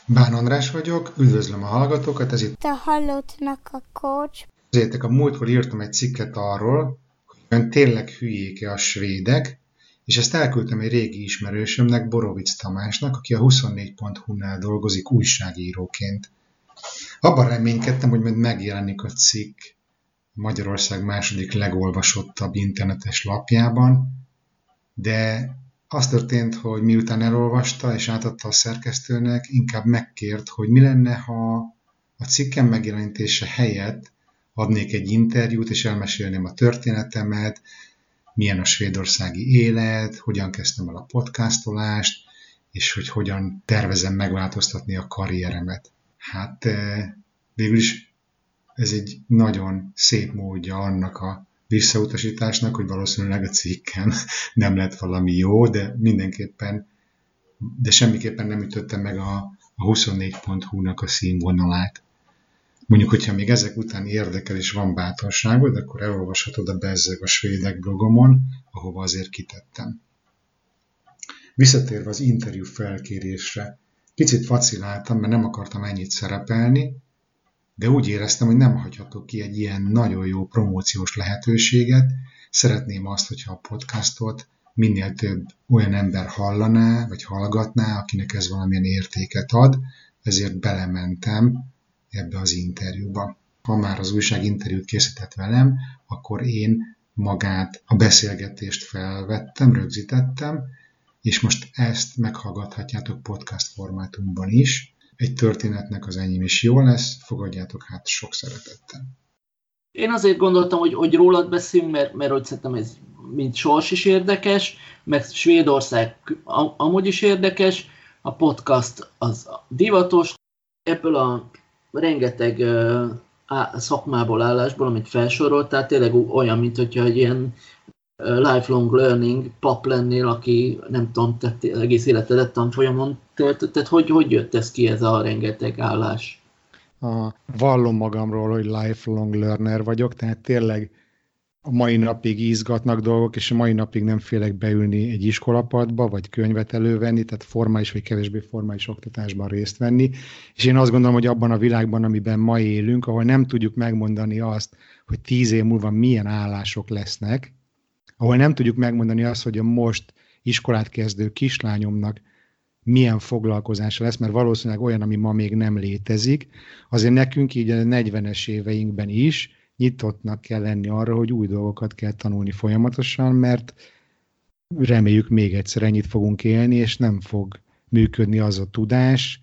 Bán András vagyok, üdvözlöm a hallgatókat, ez itt a Halottnak a coach. Azért a múltkor írtam egy cikket arról, hogy tényleg hülyék-e a svédek, és ezt elküldtem egy régi ismerősömnek, Borovics Tamásnak, aki a 24.hu-nál dolgozik újságíróként. Abban reménykedtem, hogy majd megjelenik a cikk Magyarország második legolvasottabb internetes lapjában, de az történt, hogy miután elolvasta és átadta a szerkesztőnek, inkább megkért, hogy mi lenne, ha a cikkem megjelenítése helyett adnék egy interjút, és elmesélném a történetemet, milyen a svédországi élet, hogyan kezdtem el a podcastolást, és hogy hogyan tervezem megváltoztatni a karrieremet. Hát végül is ez egy nagyon szép módja annak a visszautasításnak, hogy valószínűleg a cikken nem lett valami jó, de semmiképpen nem ütötte meg a 24.hu-nak a színvonalát. Mondjuk, hogyha még ezek után érdekel és van bátorságod, akkor elolvashatod a Bezzeg a svédek blogomon, ahova azért kitettem. Visszatérve az interjú felkérésre, picit vaciláltam, mert nem akartam ennyit szerepelni, de úgy éreztem, hogy nem hagyhatok ki egy ilyen nagyon jó promóciós lehetőséget. Szeretném azt, hogyha a podcastot minél több olyan ember hallaná, vagy hallgatná, akinek ez valamilyen értéket ad, ezért belementem ebbe az interjúba. Ha már az újság interjút készített velem, akkor én magát, a beszélgetést felvettem, rögzítettem, és most ezt meghallgathatjátok podcast formátumban is. Egy történetnek az enyém is jó lesz, fogadjátok hát sok szeretettel. Én azért gondoltam, hogy rólad beszélünk, mert hogy szerintem ez mint sors is érdekes, meg Svédország amúgy is érdekes, a podcast az divatos, ebből a rengeteg szakmából, állásból, amit felsoroltál, tényleg olyan, mint hogyha egy ilyen lifelong learning pap lennél, aki nem tudom, egész életedet tanfolyamon töltötted. Hogy jött ez ki, ez a rengeteg állás? Vallom magamról, hogy lifelong learner vagyok, tehát tényleg a mai napig izgatnak dolgok, és a mai napig nem félek beülni egy iskolapadba, vagy könyvet elővenni, tehát formális vagy kevésbé formális oktatásban részt venni. És én azt gondolom, hogy abban a világban, amiben ma élünk, ahol nem tudjuk megmondani azt, hogy 10 év múlva milyen állások lesznek, ahol nem tudjuk megmondani azt, hogy a most iskolát kezdő kislányomnak milyen foglalkozása lesz, mert valószínűleg olyan, ami ma még nem létezik, azért nekünk így a 40-es éveinkben is nyitottnak kell lenni arra, hogy új dolgokat kell tanulni folyamatosan, mert reméljük még egyszer ennyit fogunk élni, és nem fog működni az a tudás,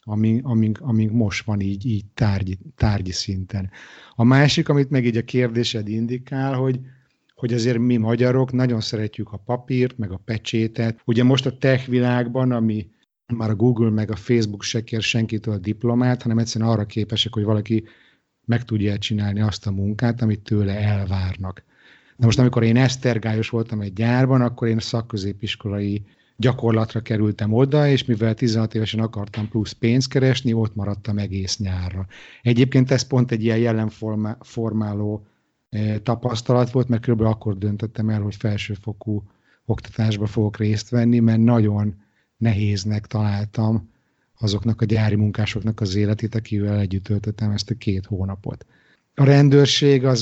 amíg most van így tárgyi szinten. A másik, amit meg így a kérdésed indikál, hogy azért mi magyarok nagyon szeretjük a papírt, meg a pecsétet. Ugye most a tech világban, ami már a Google meg a Facebook se kér senkitől a diplomát, hanem egyszerűen arra képesek, hogy valaki meg tudja csinálni azt a munkát, amit tőle elvárnak. Na most, amikor én esztergályos voltam egy gyárban, akkor én szakközépiskolai gyakorlatra kerültem oda, és mivel 16 évesen akartam plusz pénzt keresni, ott maradtam egész nyárra. Egyébként ez pont egy ilyen jellemformáló tapasztalat volt, mert kb. Akkor döntöttem el, hogy felsőfokú oktatásba fogok részt venni, mert nagyon nehéznek találtam azoknak a gyári munkásoknak az életét, akivel együtt töltöttem ezt a 2 hónapot. A rendőrség az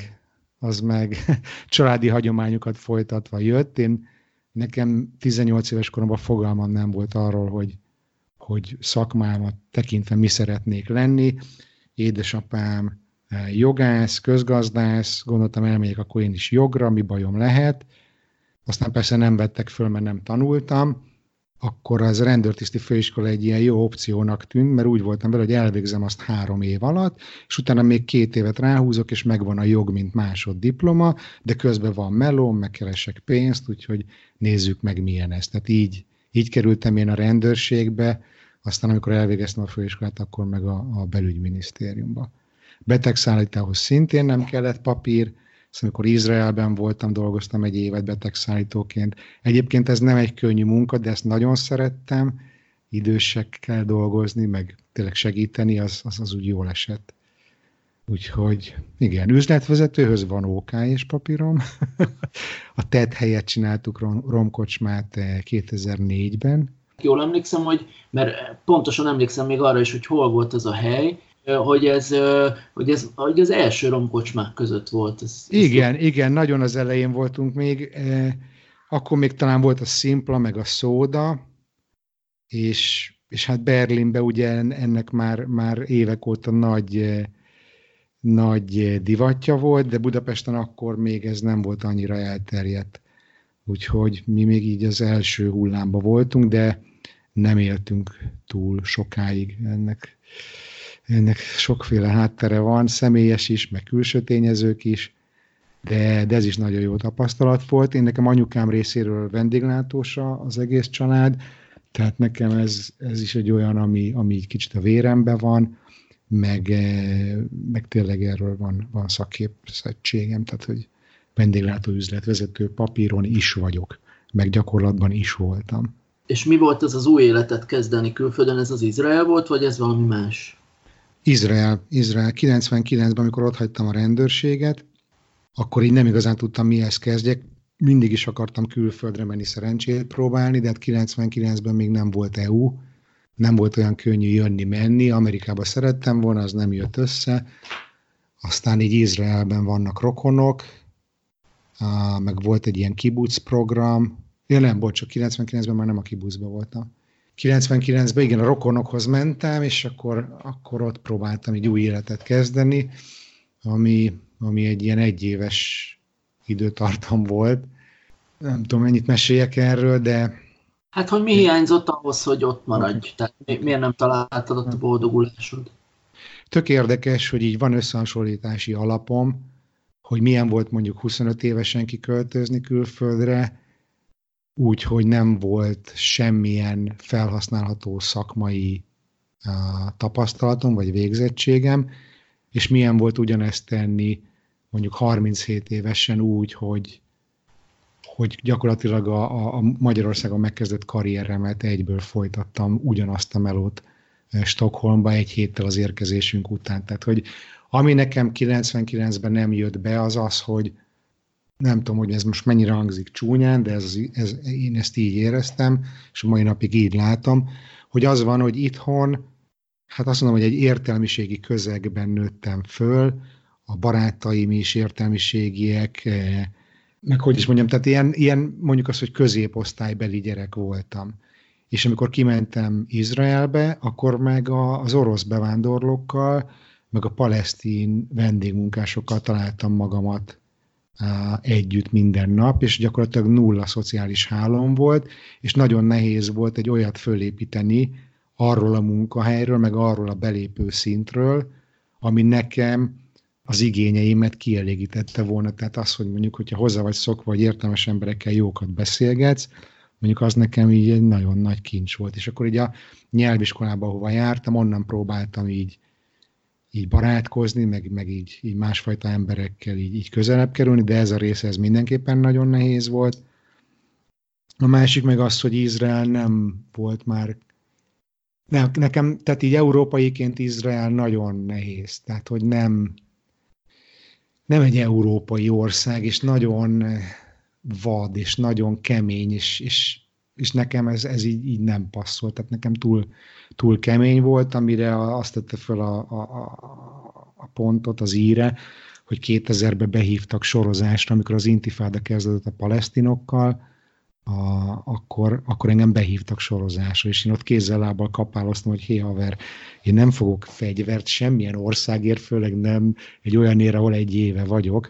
meg családi hagyományokat folytatva jött. Nekem 18 éves koromban fogalmam nem volt arról, hogy szakmámat tekintve mi szeretnék lenni. Édesapám jogász, közgazdász, gondoltam elmegyek akkor én is jogra, mi bajom lehet. Aztán persze nem vettek föl, mert nem tanultam. Akkor az rendőrtiszti főiskola egy ilyen jó opciónak tűnt, mert úgy voltam vele, hogy elvégzem azt 3 év alatt, és utána még 2 évet ráhúzok, és megvan a jog, mint másoddiploma, de közben van melóm, megkeresek pénzt, úgyhogy nézzük meg, milyen ez. Tehát így kerültem én a rendőrségbe, aztán amikor elvégeztem a főiskolát, akkor meg a belügyminisztériumba. Betegszállításhoz szintén nem kellett papír, amikor Izraelben voltam, dolgoztam egy évet betegszállítóként. Egyébként ez nem egy könnyű munka, de ezt nagyon szerettem, idősekkel dolgozni, meg tényleg segíteni, az úgy jól esett. Úgyhogy igen, üzletvezetőhöz van OK és papírom. A TED helyett csináltuk romkocsmát 2004-ben, Jól emlékszem, mert pontosan emlékszem még arra is, hogy hol volt ez a hely, hogy az első romkocsmák között volt. Igen, nagyon az elején voltunk még. Akkor még talán volt a Szimpla, meg a Szóda, és hát Berlinben ugye ennek már évek óta nagy divatja volt, de Budapesten akkor még ez nem volt annyira elterjedt. Úgyhogy mi még így az első hullámban voltunk, de nem éltünk túl sokáig. Ennek sokféle háttere van, személyes is, meg külső tényezők is, de ez is nagyon jó tapasztalat volt. Én nekem anyukám részéről vendéglátósa az egész család, tehát nekem ez is egy olyan, ami kicsit a véremben van, meg tényleg erről van szakképzettségem, tehát hogy vendéglátó üzletvezető papíron is vagyok, meg gyakorlatban is voltam. És mi volt az új életet kezdeni külföldön? Ez az Izrael volt, vagy ez valami más? Izrael. 99-ben, amikor otthagytam a rendőrséget, akkor így nem igazán tudtam mihez kezdjek. Mindig is akartam külföldre menni szerencsét próbálni, de hát 99-ben még nem volt EU, nem volt olyan könnyű jönni-menni. Amerikába szerettem volna, az nem jött össze. Aztán így Izraelben vannak rokonok, meg volt egy ilyen kibuc program. Ja nem, csak 99-ben már nem a kibucban voltam. 99-ben igen, a rokonokhoz mentem, és akkor ott próbáltam egy új életet kezdeni, ami egy ilyen egyéves időtartam volt. Nem tudom, mennyit meséljek erről, de... Hát, hogy mi hiányzott ahhoz, hogy ott maradj? Tehát miért nem találtad ott a boldogulásod? Tök érdekes, hogy így van összehasonlítási alapom, hogy milyen volt mondjuk 25 évesen kiköltözni külföldre, úgy, hogy nem volt semmilyen felhasználható szakmai tapasztalatom vagy végzettségem, és milyen volt ugyanezt tenni mondjuk 37 évesen úgy, hogy gyakorlatilag a Magyarországon megkezdett karrieremet egyből folytattam ugyanazt a melót Stockholmba egy héttel az érkezésünk után. Tehát, hogy ami nekem 99-ben nem jött be, az, hogy nem tudom, hogy ez most mennyire hangzik csúnyán, de én ezt így éreztem, és a mai napig így látom, hogy az van, hogy itthon, hát azt mondom, hogy egy értelmiségi közegben nőttem föl, a barátaim is értelmiségiek, meg hogy is mondjam, tehát ilyen mondjuk az, hogy középosztálybeli gyerek voltam. És amikor kimentem Izraelbe, akkor meg az orosz bevándorlókkal, meg a palesztin vendégmunkásokkal találtam magamat együtt minden nap, és gyakorlatilag nulla szociális hálón volt, és nagyon nehéz volt egy olyat fölépíteni arról a munkahelyről, meg arról a belépő szintről, ami nekem az igényeimet kielégítette volna. Tehát az, hogy mondjuk, hogyha hozzá vagy szokva, vagy értelmes emberekkel jókat beszélgetsz, mondjuk az nekem így egy nagyon nagy kincs volt. És akkor így a nyelviskolába, ahova jártam, onnan próbáltam így barátkozni, meg így másfajta emberekkel így közelebb kerülni, de ez a része ez mindenképpen nagyon nehéz volt. A másik meg az, hogy Izrael nem volt már, nekem, tehát így európaiként Izrael nagyon nehéz, tehát hogy nem egy európai ország, és nagyon vad, és nagyon kemény, és nekem ez így nem passzolt, tehát nekem túl kemény volt, amire azt tette fel a pontot az íre, hogy 2000-ben behívtak sorozásra, amikor az intifáda kezdődött a palesztinokkal, akkor engem behívtak sorozásra, és én ott kézzel-lábbal kapáloztam, hogy hé haver, én nem fogok fegyvert semmilyen országért, főleg nem egy olyanért, ahol egy éve vagyok,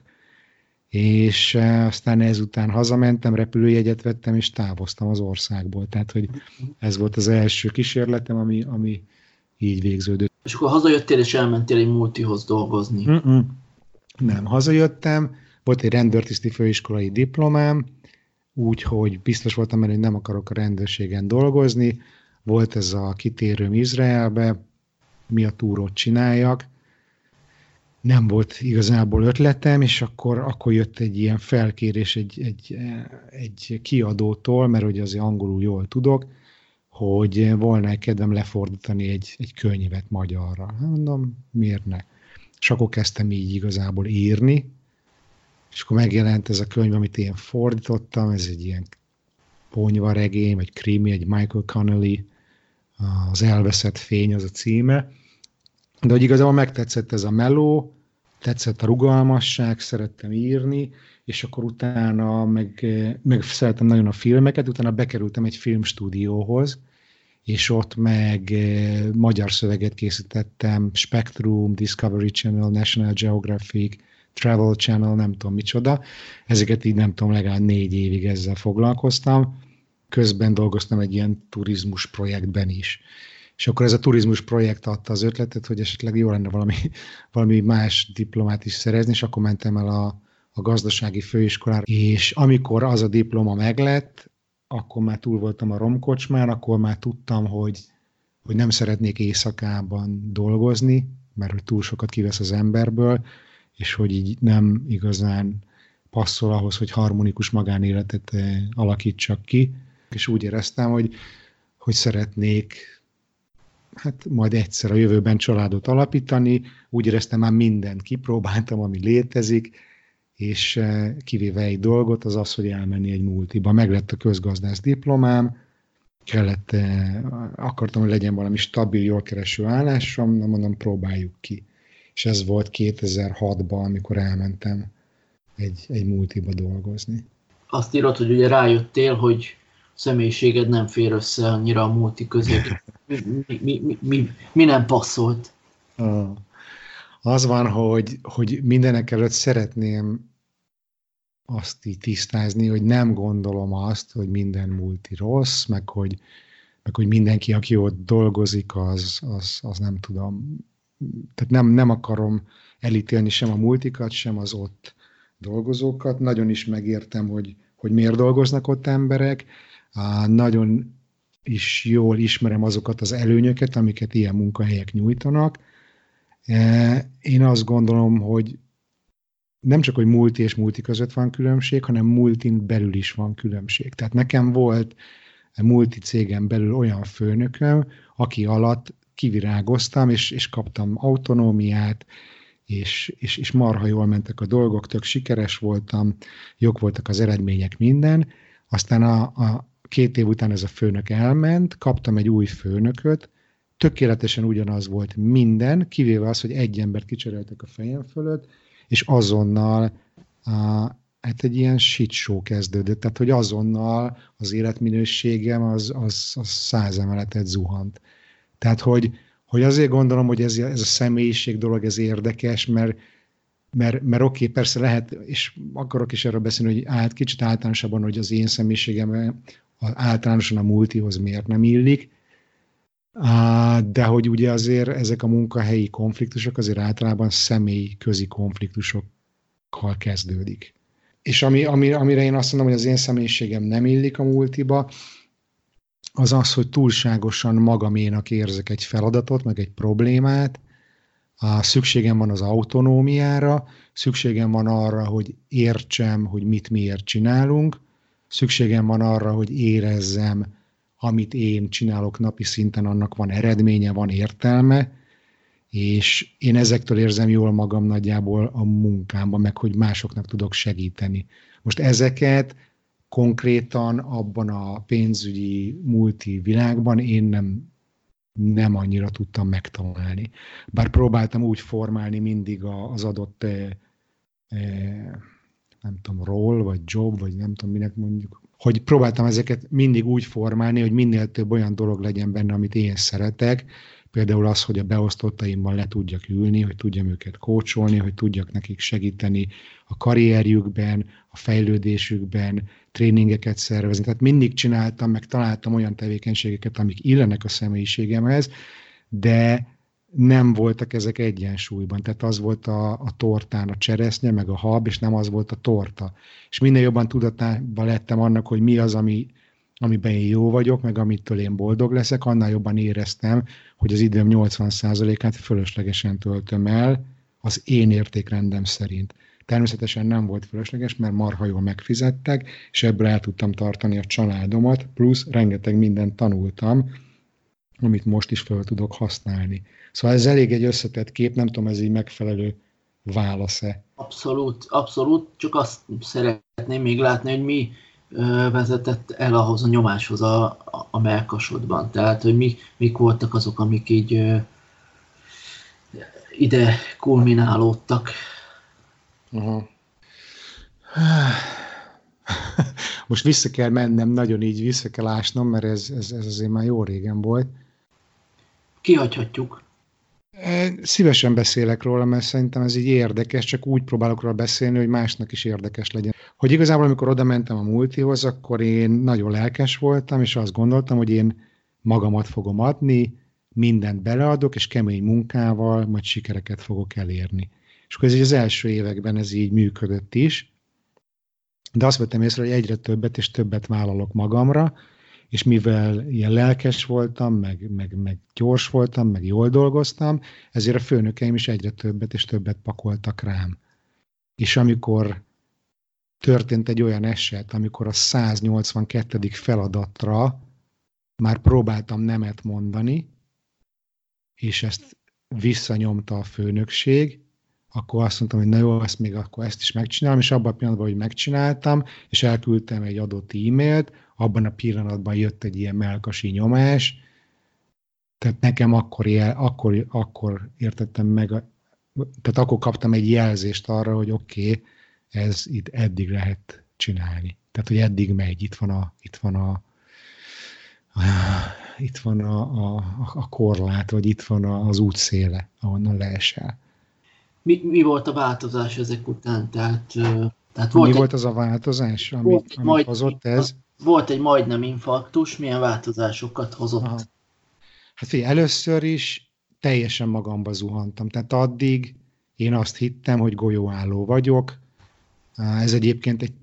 és aztán ezután hazamentem, repülőjegyet vettem, és távoztam az országból. Tehát, hogy ez volt az első kísérletem, ami így végződött. És akkor hazajöttél, és elmentél egy multihoz dolgozni? Nem, hazajöttem, volt egy rendőrtiszti főiskolai diplomám, úgyhogy biztos voltam benne, hogy nem akarok a rendőrségen dolgozni. Volt ez a kitérőm Izraelbe, mi a túrót csináljak. Nem volt igazából ötletem, és akkor jött egy ilyen felkérés egy kiadótól, mert ugye azért angolul jól tudok, hogy volna kedvem lefordítani egy könyvet magyarra. Mondom, miért ne? És akkor kezdtem így igazából írni, és akkor megjelent ez a könyv, amit én fordítottam, ez egy ilyen ponyvaregény, vagy krimi, egy Michael Connelly, az Elveszett fény az a címe. De hogy igazából megtetszett ez a meló, tetszett a rugalmasság, szerettem írni, és akkor utána meg szerettem nagyon a filmeket, utána bekerültem egy filmstúdióhoz, és ott meg magyar szöveget készítettem, Spectrum, Discovery Channel, National Geographic, Travel Channel, nem tudom micsoda. Ezeket így nem tudom, legalább 4 évig ezzel foglalkoztam. Közben dolgoztam egy ilyen turizmus projektben is. És akkor ez a turizmus projekt adta az ötletet, hogy esetleg jó lenne valami más diplomát is szerezni, és akkor mentem el a gazdasági főiskolára. És amikor az a diploma meglett, akkor már túl voltam a romkocsmán, akkor már tudtam, hogy nem szeretnék éjszakában dolgozni, mert hogy túl sokat kivesz az emberből, és hogy így nem igazán passzol ahhoz, hogy harmonikus magánéletet alakítsak ki. És úgy éreztem, hogy szeretnék majd egyszer a jövőben családot alapítani. Úgy éreztem, már mindent kipróbáltam, ami létezik, és kivéve egy dolgot, az, hogy elmenni egy multiba. Meglett a közgazdász diplomám, akartam, hogy legyen valami stabil, jól kereső állásom, na mondom, próbáljuk ki. És ez volt 2006-ban, amikor elmentem egy multiba dolgozni. Azt írod, hogy ugye rájöttél, hogy személyiséged nem fér össze annyira a multi közé. Mi nem passzolt? Az van, hogy mindenek előtt szeretném azt így tisztázni, hogy nem gondolom azt, hogy minden multi rossz, meg hogy mindenki, aki ott dolgozik, az nem tudom. Tehát nem akarom elítélni sem a multikat, sem az ott dolgozókat. Nagyon is megértem, hogy miért dolgoznak ott emberek. Nagyon is jól ismerem azokat az előnyöket, amiket ilyen munkahelyek nyújtanak. Én azt gondolom, hogy nem csak, hogy multi és multi között van különbség, hanem multin belül is van különbség. Tehát nekem volt multi cégen belül olyan főnököm, aki alatt kivirágoztam, és kaptam autonómiát, és marha jól mentek a dolgok, tök sikeres voltam, jók voltak az eredmények, minden. Aztán a 2 év után ez a főnök elment, kaptam egy új főnököt, tökéletesen ugyanaz volt minden, kivéve az, hogy egy embert kicseréltek a fejem fölött, és azonnal egy ilyen shit show kezdődött, tehát hogy azonnal az életminőségem az 100 emeletet zuhant. Tehát, hogy azért gondolom, hogy ez a személyiség dolog, ez érdekes, mert oké, persze lehet, és akarok is erről beszélni, hogy kicsit általánosabban, hogy az én személyiségem általánosan a multihoz miért nem illik, de hogy ugye azért ezek a munkahelyi konfliktusok azért általában személyközi konfliktusokkal kezdődik. És amire én azt mondom, hogy az én személyiségem nem illik a multiba, az, hogy túlságosan magaménak érzek egy feladatot, meg egy problémát, szükségem van az autonómiára, szükségem van arra, hogy értsem, hogy mit miért csinálunk, szükségem van arra, hogy érezzem, amit én csinálok napi szinten, annak van eredménye, van értelme, és én ezektől érzem jól magam nagyjából a munkámban, meg hogy másoknak tudok segíteni. Most ezeket konkrétan abban a pénzügyi multi világban én nem annyira tudtam megtalálni. Bár próbáltam úgy formálni mindig az adott nem tudom, role, vagy job, vagy nem tudom, minek mondjuk, hogy próbáltam ezeket mindig úgy formálni, hogy minél több olyan dolog legyen benne, amit én szeretek, például az, hogy a beosztottaimmal le tudjak ülni, hogy tudjam őket coacholni, hogy tudjak nekik segíteni a karrierjükben, a fejlődésükben, tréningeket szervezni. Tehát mindig csináltam, meg találtam olyan tevékenységeket, amik illenek a személyiségemhez, de nem voltak ezek egyensúlyban. Tehát az volt a tortán a cseresznye, meg a hab, és nem az volt a torta. És minél jobban tudatában lettem annak, hogy mi az, amiben én jó vagyok, meg amitől én boldog leszek, annál jobban éreztem, hogy az időm 80%-át fölöslegesen töltöm el az én értékrendem szerint. Természetesen nem volt fölösleges, mert marha jól megfizettek, és ebből el tudtam tartani a családomat, plusz rengeteg mindent tanultam, amit most is fel tudok használni. Szóval ez elég egy összetett kép, nem tudom, ez így megfelelő válasz-e. Abszolút, abszolút, csak azt szeretném még látni, hogy vezetett el ahhoz a nyomáshoz a mellkasodban? Tehát, hogy mik voltak azok, amik így ide kulminálódtak? Aha. Most vissza kell mennem, nagyon így vissza kell ásnom, mert ez azért már jó régen volt. Kihagyhatjuk. Szívesen beszélek róla, mert szerintem ez így érdekes, csak úgy próbálok róla beszélni, hogy másnak is érdekes legyen. Hogy igazából, amikor oda mentem a multihoz, akkor én nagyon lelkes voltam, és azt gondoltam, hogy én magamat fogom adni, mindent beleadok, és kemény munkával majd sikereket fogok elérni. És akkor ez így az első években ez így működött is, de azt vettem észre, hogy egyre többet és többet vállalok magamra, és mivel ilyen lelkes voltam, meg gyors voltam, meg jól dolgoztam, ezért a főnökeim is egyre többet és többet pakoltak rám. És amikor történt egy olyan eset, amikor a 182. feladatra már próbáltam nemet mondani, és ezt visszanyomta a főnökség, akkor azt mondtam, hogy na jó, akkor ezt is megcsinálom, és abban a pillanatban, hogy megcsináltam, és elküldtem egy adott e-mailt, abban a pillanatban jött egy ilyen mellkasi nyomás, tehát nekem akkor értettem meg, tehát akkor kaptam egy jelzést arra, hogy oké, ez itt eddig lehet csinálni. Tehát, hogy eddig megy, itt van a korlát, vagy itt van az útszéle, ahonnan leesel. Mi volt a változás ezek után? Tehát volt az a változás, amit hozott ez? Volt egy majdnem infarktus, milyen változásokat hozott? Aha. Hát figyelj, először is teljesen magamba zuhantam. Tehát addig én azt hittem, hogy golyóálló vagyok. Ez egyébként egy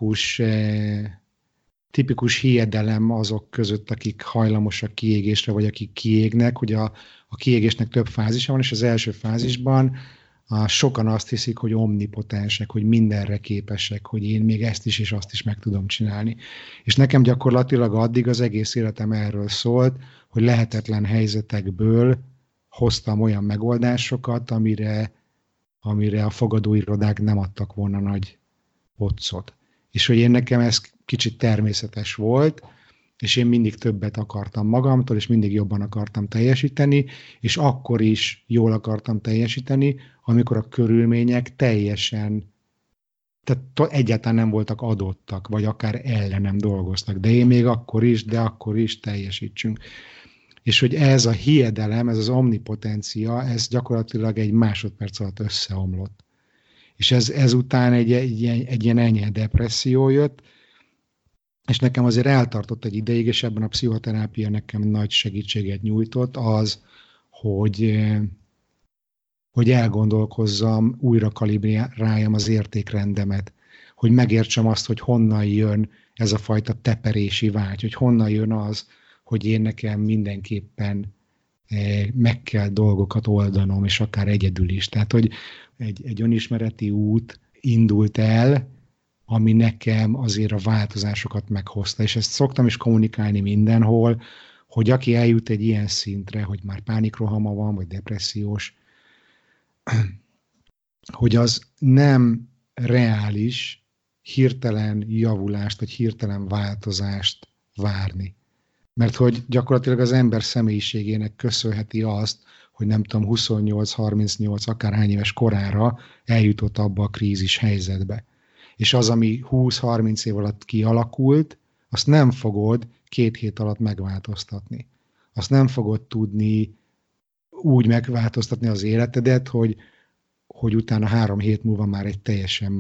tipikus hiedelem azok között, akik hajlamosak kiégésre, vagy akik kiégnek. Hogy a kiégésnek több fázisa van, és az első fázisban sokan azt hiszik, hogy omnipotensek, hogy mindenre képesek, hogy én még ezt is és azt is meg tudom csinálni. És nekem gyakorlatilag addig az egész életem erről szólt, hogy lehetetlen helyzetekből hoztam olyan megoldásokat, amire a fogadóirodák nem adtak volna nagy otcot. És hogy én nekem ez kicsit természetes volt, és én mindig többet akartam magamtól, és mindig jobban akartam teljesíteni, és akkor is jól akartam teljesíteni, amikor a körülmények teljesen, tehát egyáltalán nem voltak adottak, vagy akár ellenem dolgoztak, de én még akkor is teljesítsünk. És hogy ez a hiedelem, ez az omnipotencia, ez gyakorlatilag egy másodperc alatt összeomlott. És ezután egy ilyen enyhe depresszió jött, és nekem azért eltartott egy ideig, és ebben a pszichoterápia nekem nagy segítséget nyújtott, az, hogy elgondolkozzam, újra kalibráljam az értékrendemet, hogy megértsem azt, hogy honnan jön ez a fajta teperési vágy, hogy honnan jön az, hogy én nekem mindenképpen meg kell dolgokat oldanom, és akár egyedül is. Tehát, hogy egy önismereti út indult el, ami nekem azért a változásokat meghozta. És ezt szoktam is kommunikálni mindenhol, hogy aki eljut egy ilyen szintre, hogy már pánikrohama van, vagy depressziós, hogy az nem reális hirtelen javulást, vagy hirtelen változást várni. Mert hogy gyakorlatilag az ember személyiségének köszönheti azt, hogy nem tudom, 28-38, akárhány éves korára eljutott abba a krízis helyzetbe. És az, ami 20-30 év alatt kialakult, azt nem fogod 2 hét alatt megváltoztatni. Azt nem fogod tudni úgy megváltoztatni az életedet, hogy utána 3 hét múlva már egy teljesen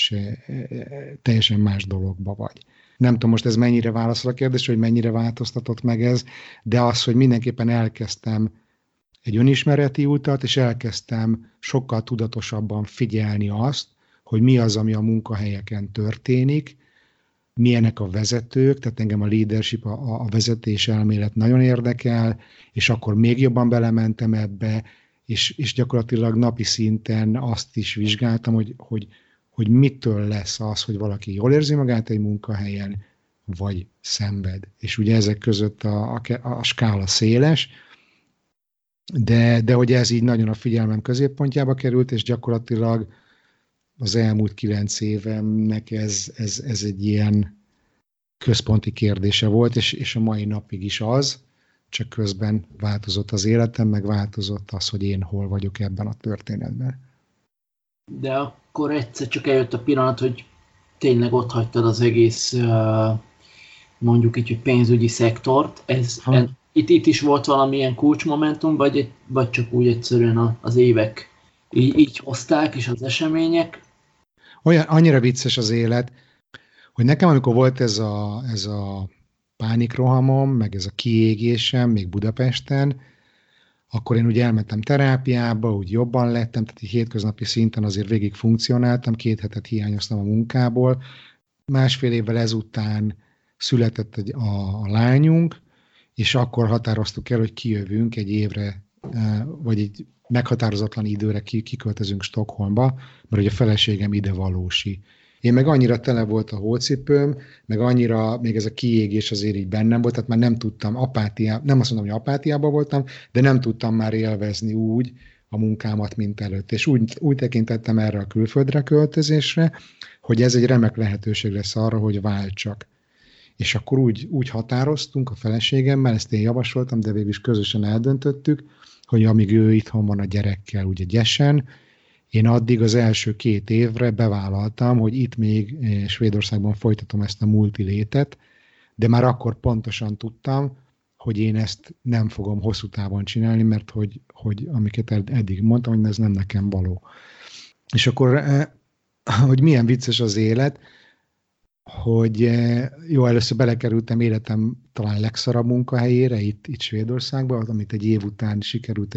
más dologba vagy. Nem tudom most ez mennyire válaszol a kérdés, hogy mennyire változtatott meg ez, de az, hogy mindenképpen elkezdtem egy önismereti utat, és elkezdtem sokkal tudatosabban figyelni azt, hogy mi az, ami a munkahelyeken történik, milyenek a vezetők, tehát engem a leadership, a vezetés elmélet nagyon érdekel, és akkor még jobban belementem ebbe, és gyakorlatilag napi szinten azt is vizsgáltam, hogy mitől lesz az, hogy valaki jól érzi magát egy munkahelyen, vagy szenved. És ugye ezek között a skála széles, de hogy ez így nagyon a figyelmem középpontjába került, és gyakorlatilag az elmúlt 9 évemnek ez egy ilyen központi kérdése volt, és a mai napig is az, csak közben változott az életem, meg változott az, hogy én hol vagyok ebben a történetben. De akkor egyszer csak eljött a pillanat, hogy tényleg ott hagytad az egész, mondjuk így, hogy pénzügyi szektort. Itt is volt valamilyen kulcsmomentum, vagy csak úgy egyszerűen az évek így hozták, és az események? Annyira vicces az élet, hogy nekem, amikor volt ez a pánikrohamom, meg ez a kiégésem még Budapesten, akkor én ugye elmentem terápiába, úgy jobban lettem, tehát egy hétköznapi szinten azért végig funkcionáltam, 2 hetet hiányoztam a munkából. 1,5 évvel ezután született a lányunk, és akkor határoztuk el, hogy kijövünk egy évre, vagy egy meghatározatlan időre kiköltözünk Stockholmba, mert ugye a feleségem ide valósi. Én meg annyira tele volt a hócipőm, meg annyira még ez a kiégés azért így bennem volt, tehát már nem tudtam nem azt mondom, hogy apátiában voltam, de nem tudtam már élvezni úgy a munkámat, mint előtt. És úgy tekintettem erre a külföldre költözésre, hogy ez egy remek lehetőség lesz arra, hogy váltsak. És akkor úgy határoztunk a feleségemmel, ezt én javasoltam, de végül is közösen eldöntöttük, hogy amíg ő itthon van a gyerekkel, ugye gyesen, én addig az első 2 évre bevállaltam, hogy itt még Svédországban folytatom ezt a multilétet, de már akkor pontosan tudtam, hogy én ezt nem fogom hosszú távon csinálni, mert hogy amiket eddig mondtam, hogy ez nem nekem való. És akkor, hogy milyen vicces az élet, hogy jó, először belekerültem életem talán legszarabb munkahelyére, itt Svédországban, amit egy év után sikerült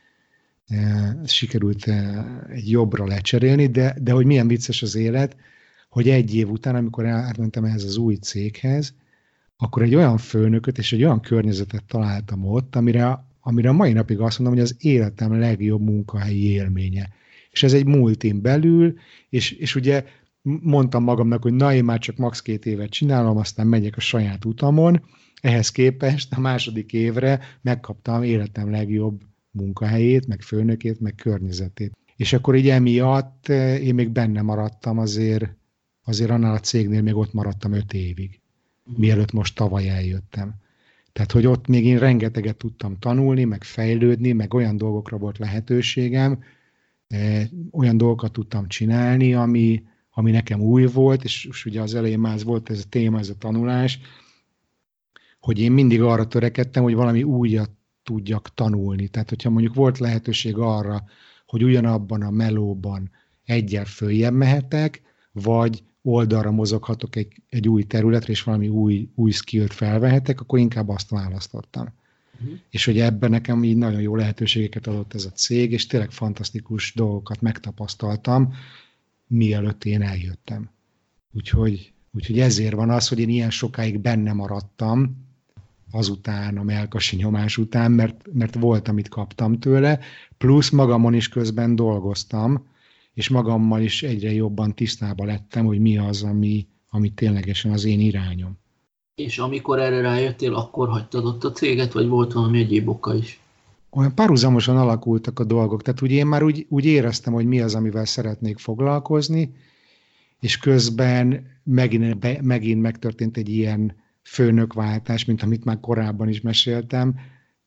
egy jobbra lecserélni, de hogy milyen vicces az élet, hogy 1 év után, amikor átmentem ehhez az új céghez, akkor egy olyan főnököt és egy olyan környezetet találtam ott, amire a mai napig azt mondom, hogy az életem legjobb munkahelyi élménye. És ez egy multin belül, és ugye mondtam magamnak, hogy na, én már csak max. 2 évet csinálom, aztán megyek a saját utamon. Ehhez képest a 2. évre megkaptam életem legjobb munkahelyét, meg főnökét, meg környezetét. És akkor így emiatt én még benne maradtam azért annál a cégnél még ott maradtam 5 évig, mielőtt most tavaly eljöttem. Tehát, hogy ott még én rengeteget tudtam tanulni, meg fejlődni, meg olyan dolgokra volt lehetőségem, olyan dolgokat tudtam csinálni, ami nekem új volt, és ugye az elején már volt ez a téma, ez a tanulás, hogy én mindig arra törekedtem, hogy valami újat tudjak tanulni. Tehát, hogyha mondjuk volt lehetőség arra, hogy ugyanabban a melóban egyel följebb mehetek, vagy oldalra mozoghatok egy új területre, és valami új skillt felvehetek, akkor inkább azt választottam. És hogy ebben nekem így nagyon jó lehetőségeket adott ez a cég, és tényleg fantasztikus dolgokat megtapasztaltam, mielőtt én eljöttem. Úgyhogy ezért van az, hogy én ilyen sokáig benne maradtam, azután, a mellkasi nyomás után, mert volt, amit kaptam tőle, plusz magamon is közben dolgoztam, és magammal is egyre jobban tisztában lettem, hogy mi az, ami ténylegesen az én irányom. És amikor erre rájöttél, akkor hagytad ott a céget, vagy volt valami egyéb oka is? Olyan párhuzamosan alakultak a dolgok, tehát ugye én már úgy éreztem, hogy mi az, amivel szeretnék foglalkozni, és közben megint megtörtént egy ilyen főnökváltás, mint amit már korábban is meséltem,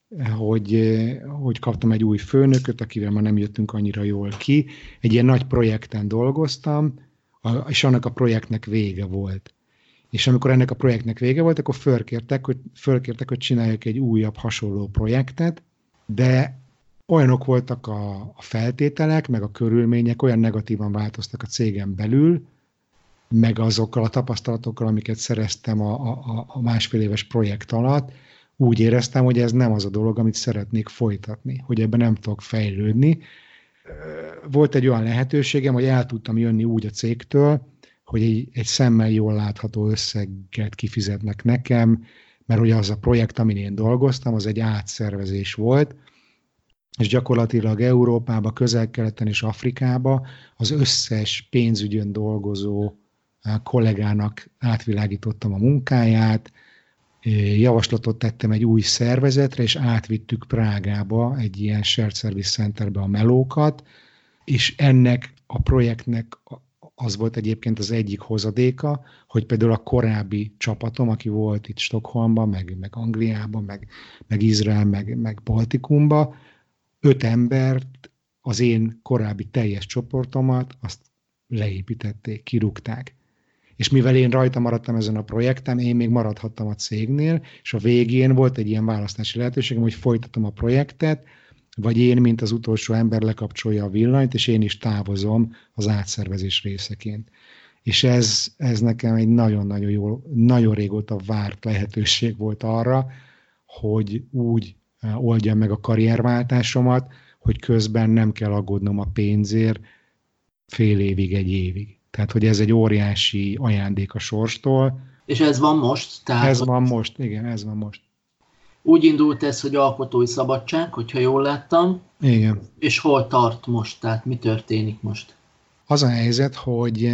hogy kaptam egy új főnököt, akivel már nem jöttünk annyira jól ki. Egy ilyen nagy projekten dolgoztam, és annak a projektnek vége volt. És amikor ennek a projektnek vége volt, akkor fölkértek, hogy csináljak egy újabb hasonló projektet, de olyanok voltak a feltételek, meg a körülmények, olyan negatívan változtak a cégen belül, meg azokkal a tapasztalatokkal, amiket szereztem a 1,5 éves projekt alatt, úgy éreztem, hogy ez nem az a dolog, amit szeretnék folytatni, hogy ebben nem tudok fejlődni. Volt egy olyan lehetőségem, hogy el tudtam jönni úgy a cégtől, hogy egy szemmel jól látható összeget kifizetnek nekem, mert ugye az a projekt, amin én dolgoztam, az egy átszervezés volt, és gyakorlatilag Európába, Közel-Keleten és Afrikába az összes pénzügyön dolgozó kollégának átvilágítottam a munkáját, javaslatot tettem egy új szervezetre, és átvittük Prágába egy ilyen shared service centerbe a melókat, és ennek a projektnek az volt egyébként az egyik hozadéka, hogy például a korábbi csapatom, aki volt itt Stockholmban, meg Angliában, meg Izrael, meg Baltikumban, 5 embert, az én korábbi teljes csoportomat, azt leépítették, kirúgták. És mivel én rajta maradtam ezen a projekten, én még maradhattam a cégnél, és a végén volt egy ilyen választási lehetőségem, hogy folytatom a projektet, vagy én, mint az utolsó ember lekapcsolja a villanyt, és én is távozom az átszervezés részeként. És ez nekem egy nagyon-nagyon jó, nagyon régóta várt lehetőség volt arra, hogy úgy oldjam meg a karrierváltásomat, hogy közben nem kell aggódnom a pénzért fél évig, egy évig. Tehát, hogy ez egy óriási ajándék a sorstól. És ez van most? Tehát, ez van most, igen, ez van most. Úgy indult ez, hogy alkotói szabadság, hogyha jól láttam. Igen. És hol tart most? Tehát mi történik most? Az a helyzet, hogy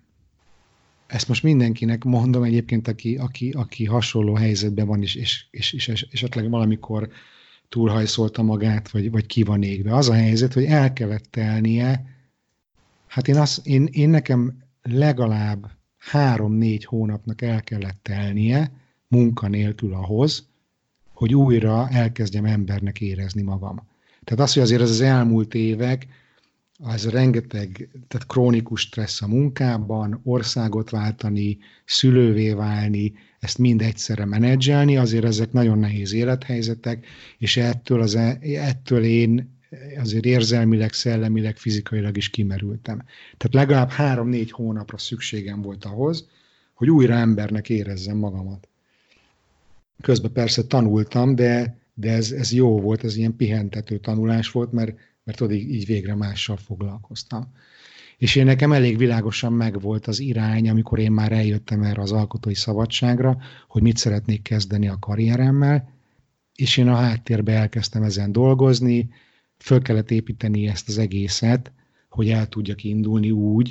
ezt most mindenkinek mondom egyébként, aki hasonló helyzetben van, és esetleg valamikor túlhajszolta magát, vagy ki van égve. Az a helyzet, hogy el kellett telnie, hát én nekem legalább 3-4 hónapnak el kellett telnie munkanélkül ahhoz, hogy újra elkezdjem embernek érezni magam. Tehát az, hogy azért az elmúlt évek, az rengeteg, tehát krónikus stressz a munkában, országot váltani, szülővé válni, ezt mind egyszerre menedzselni, azért ezek nagyon nehéz élethelyzetek, és ettől én azért érzelmileg, szellemileg, fizikailag is kimerültem. Tehát legalább 3-4 hónapra szükségem volt ahhoz, hogy újra embernek érezzem magamat. Közben persze tanultam, de ez jó volt, ez ilyen pihentető tanulás volt, mert tudod, így végre mással foglalkoztam. És én nekem elég világosan megvolt az irány, amikor én már eljöttem erre az alkotói szabadságra, hogy mit szeretnék kezdeni a karrieremmel, és én a háttérbe elkezdtem ezen dolgozni, föl kellett építeni ezt az egészet, hogy el tudjak indulni úgy,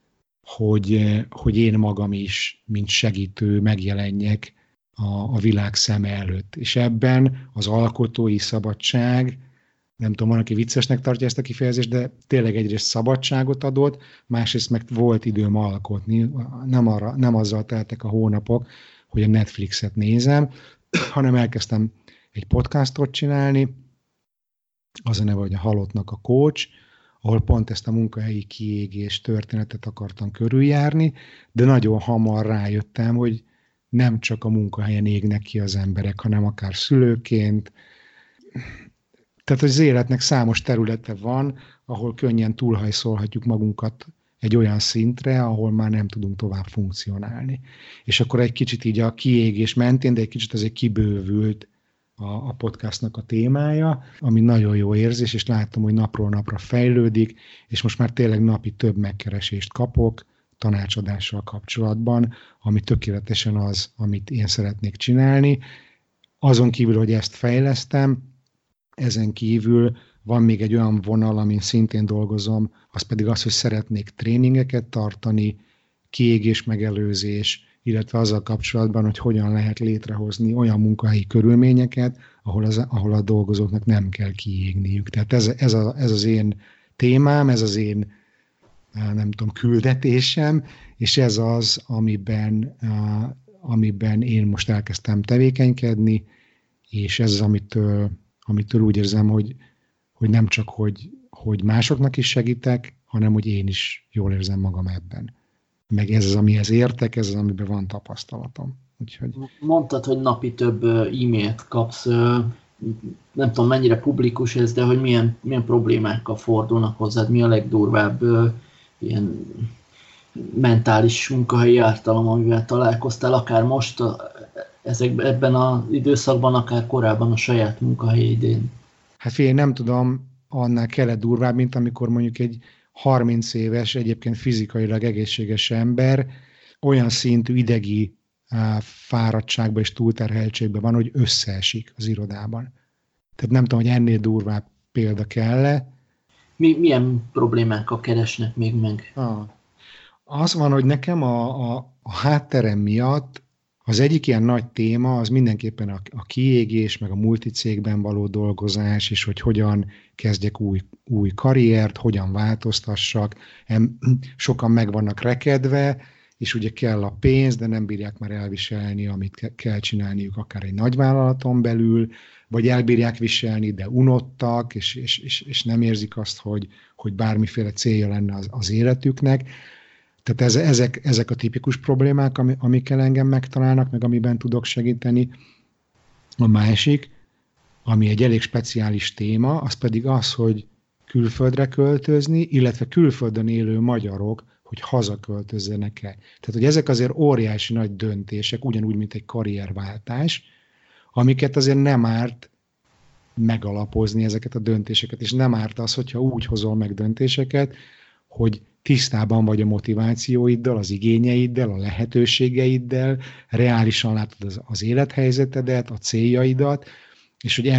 hogy én magam is, mint segítő megjelenjek a világ szeme előtt. És ebben az alkotói szabadság, nem tudom, van, aki viccesnek tartja ezt a kifejezést, de tényleg egyrészt szabadságot adott, másrészt meg volt időm alkotni, nem azzal teltek a hónapok, hogy a Netflixet nézem, hanem elkezdtem egy podcastot csinálni, az a neve, hogy a Halottnak a coach, ahol pont ezt a munkahelyi kiégés történetet akartam körüljárni, de nagyon hamar rájöttem, hogy nem csak a munkahelyen égnek ki az emberek, hanem akár szülőként. Tehát az életnek számos területe van, ahol könnyen túlhajszolhatjuk magunkat egy olyan szintre, ahol már nem tudunk tovább funkcionálni. És akkor egy kicsit így a kiégés mentén, de egy kicsit azért kibővült a podcastnak a témája, ami nagyon jó érzés, és látom, hogy napról napra fejlődik, és most már tényleg napi több megkeresést kapok tanácsadással kapcsolatban, ami tökéletesen az, amit én szeretnék csinálni. Azon kívül, hogy ezt fejlesztem, ezen kívül van még egy olyan vonal, amin szintén dolgozom, az pedig az, hogy szeretnék tréningeket tartani, kiégés megelőzés, illetve azzal kapcsolatban, hogy hogyan lehet létrehozni olyan munkahelyi körülményeket, ahol a dolgozóknak nem kell kiégniük. Tehát ez az én témám, ez az én, nem tudom, küldetésem, és ez az, amiben én most elkezdtem tevékenykedni, és ez az, amitől úgy érzem, hogy nem csak, hogy másoknak is segítek, hanem hogy én is jól érzem magam ebben. Meg ez az, amihez értek, ez az, amiben van tapasztalatom. Úgyhogy... Mondtad, hogy napi több e-mailt kapsz, nem tudom mennyire publikus ez, de hogy milyen problémákkal fordulnak hozzád, mi a legdurvább ilyen mentális munkahelyi ártalom, amivel találkoztál, akár most ebben az időszakban, akár korábban a saját munkahelyeidén? Hát figyelj, nem tudom, annál kellett durvább, mint amikor mondjuk egy 30 éves, egyébként fizikailag egészséges ember olyan szintű idegi fáradtságban és túlterheltségben van, hogy összeesik az irodában. Tehát nem tudom, hogy ennél durvább példa kell-e. Milyen problémákkal keresnek még meg? Az van, hogy nekem a hátterem miatt Az egyik ilyen nagy téma az mindenképpen a kiégés, meg a multicégben való dolgozás, és hogy hogyan kezdjek új karriert, hogyan változtassak. Sokan meg vannak rekedve, és ugye kell a pénz, de nem bírják már elviselni, amit kell csinálniuk akár egy nagyvállalaton belül, vagy elbírják viselni, de unottak, és nem érzik azt, hogy bármiféle célja lenne az életüknek. Tehát ezek a tipikus problémák, amikkel engem megtalálnak, meg amiben tudok segíteni. A másik, ami egy elég speciális téma, az pedig az, hogy külföldre költözni, illetve külföldön élő magyarok, hogy hazaköltözzenek-e. Tehát, hogy ezek azért óriási nagy döntések, ugyanúgy, mint egy karrierváltás, amiket azért nem árt megalapozni ezeket a döntéseket, és nem árt az, hogyha úgy hozol meg döntéseket, hogy tisztában vagy a motivációiddal, az igényeiddel, a lehetőségeiddel, reálisan látod az élethelyzetedet, a céljaidat, és hogy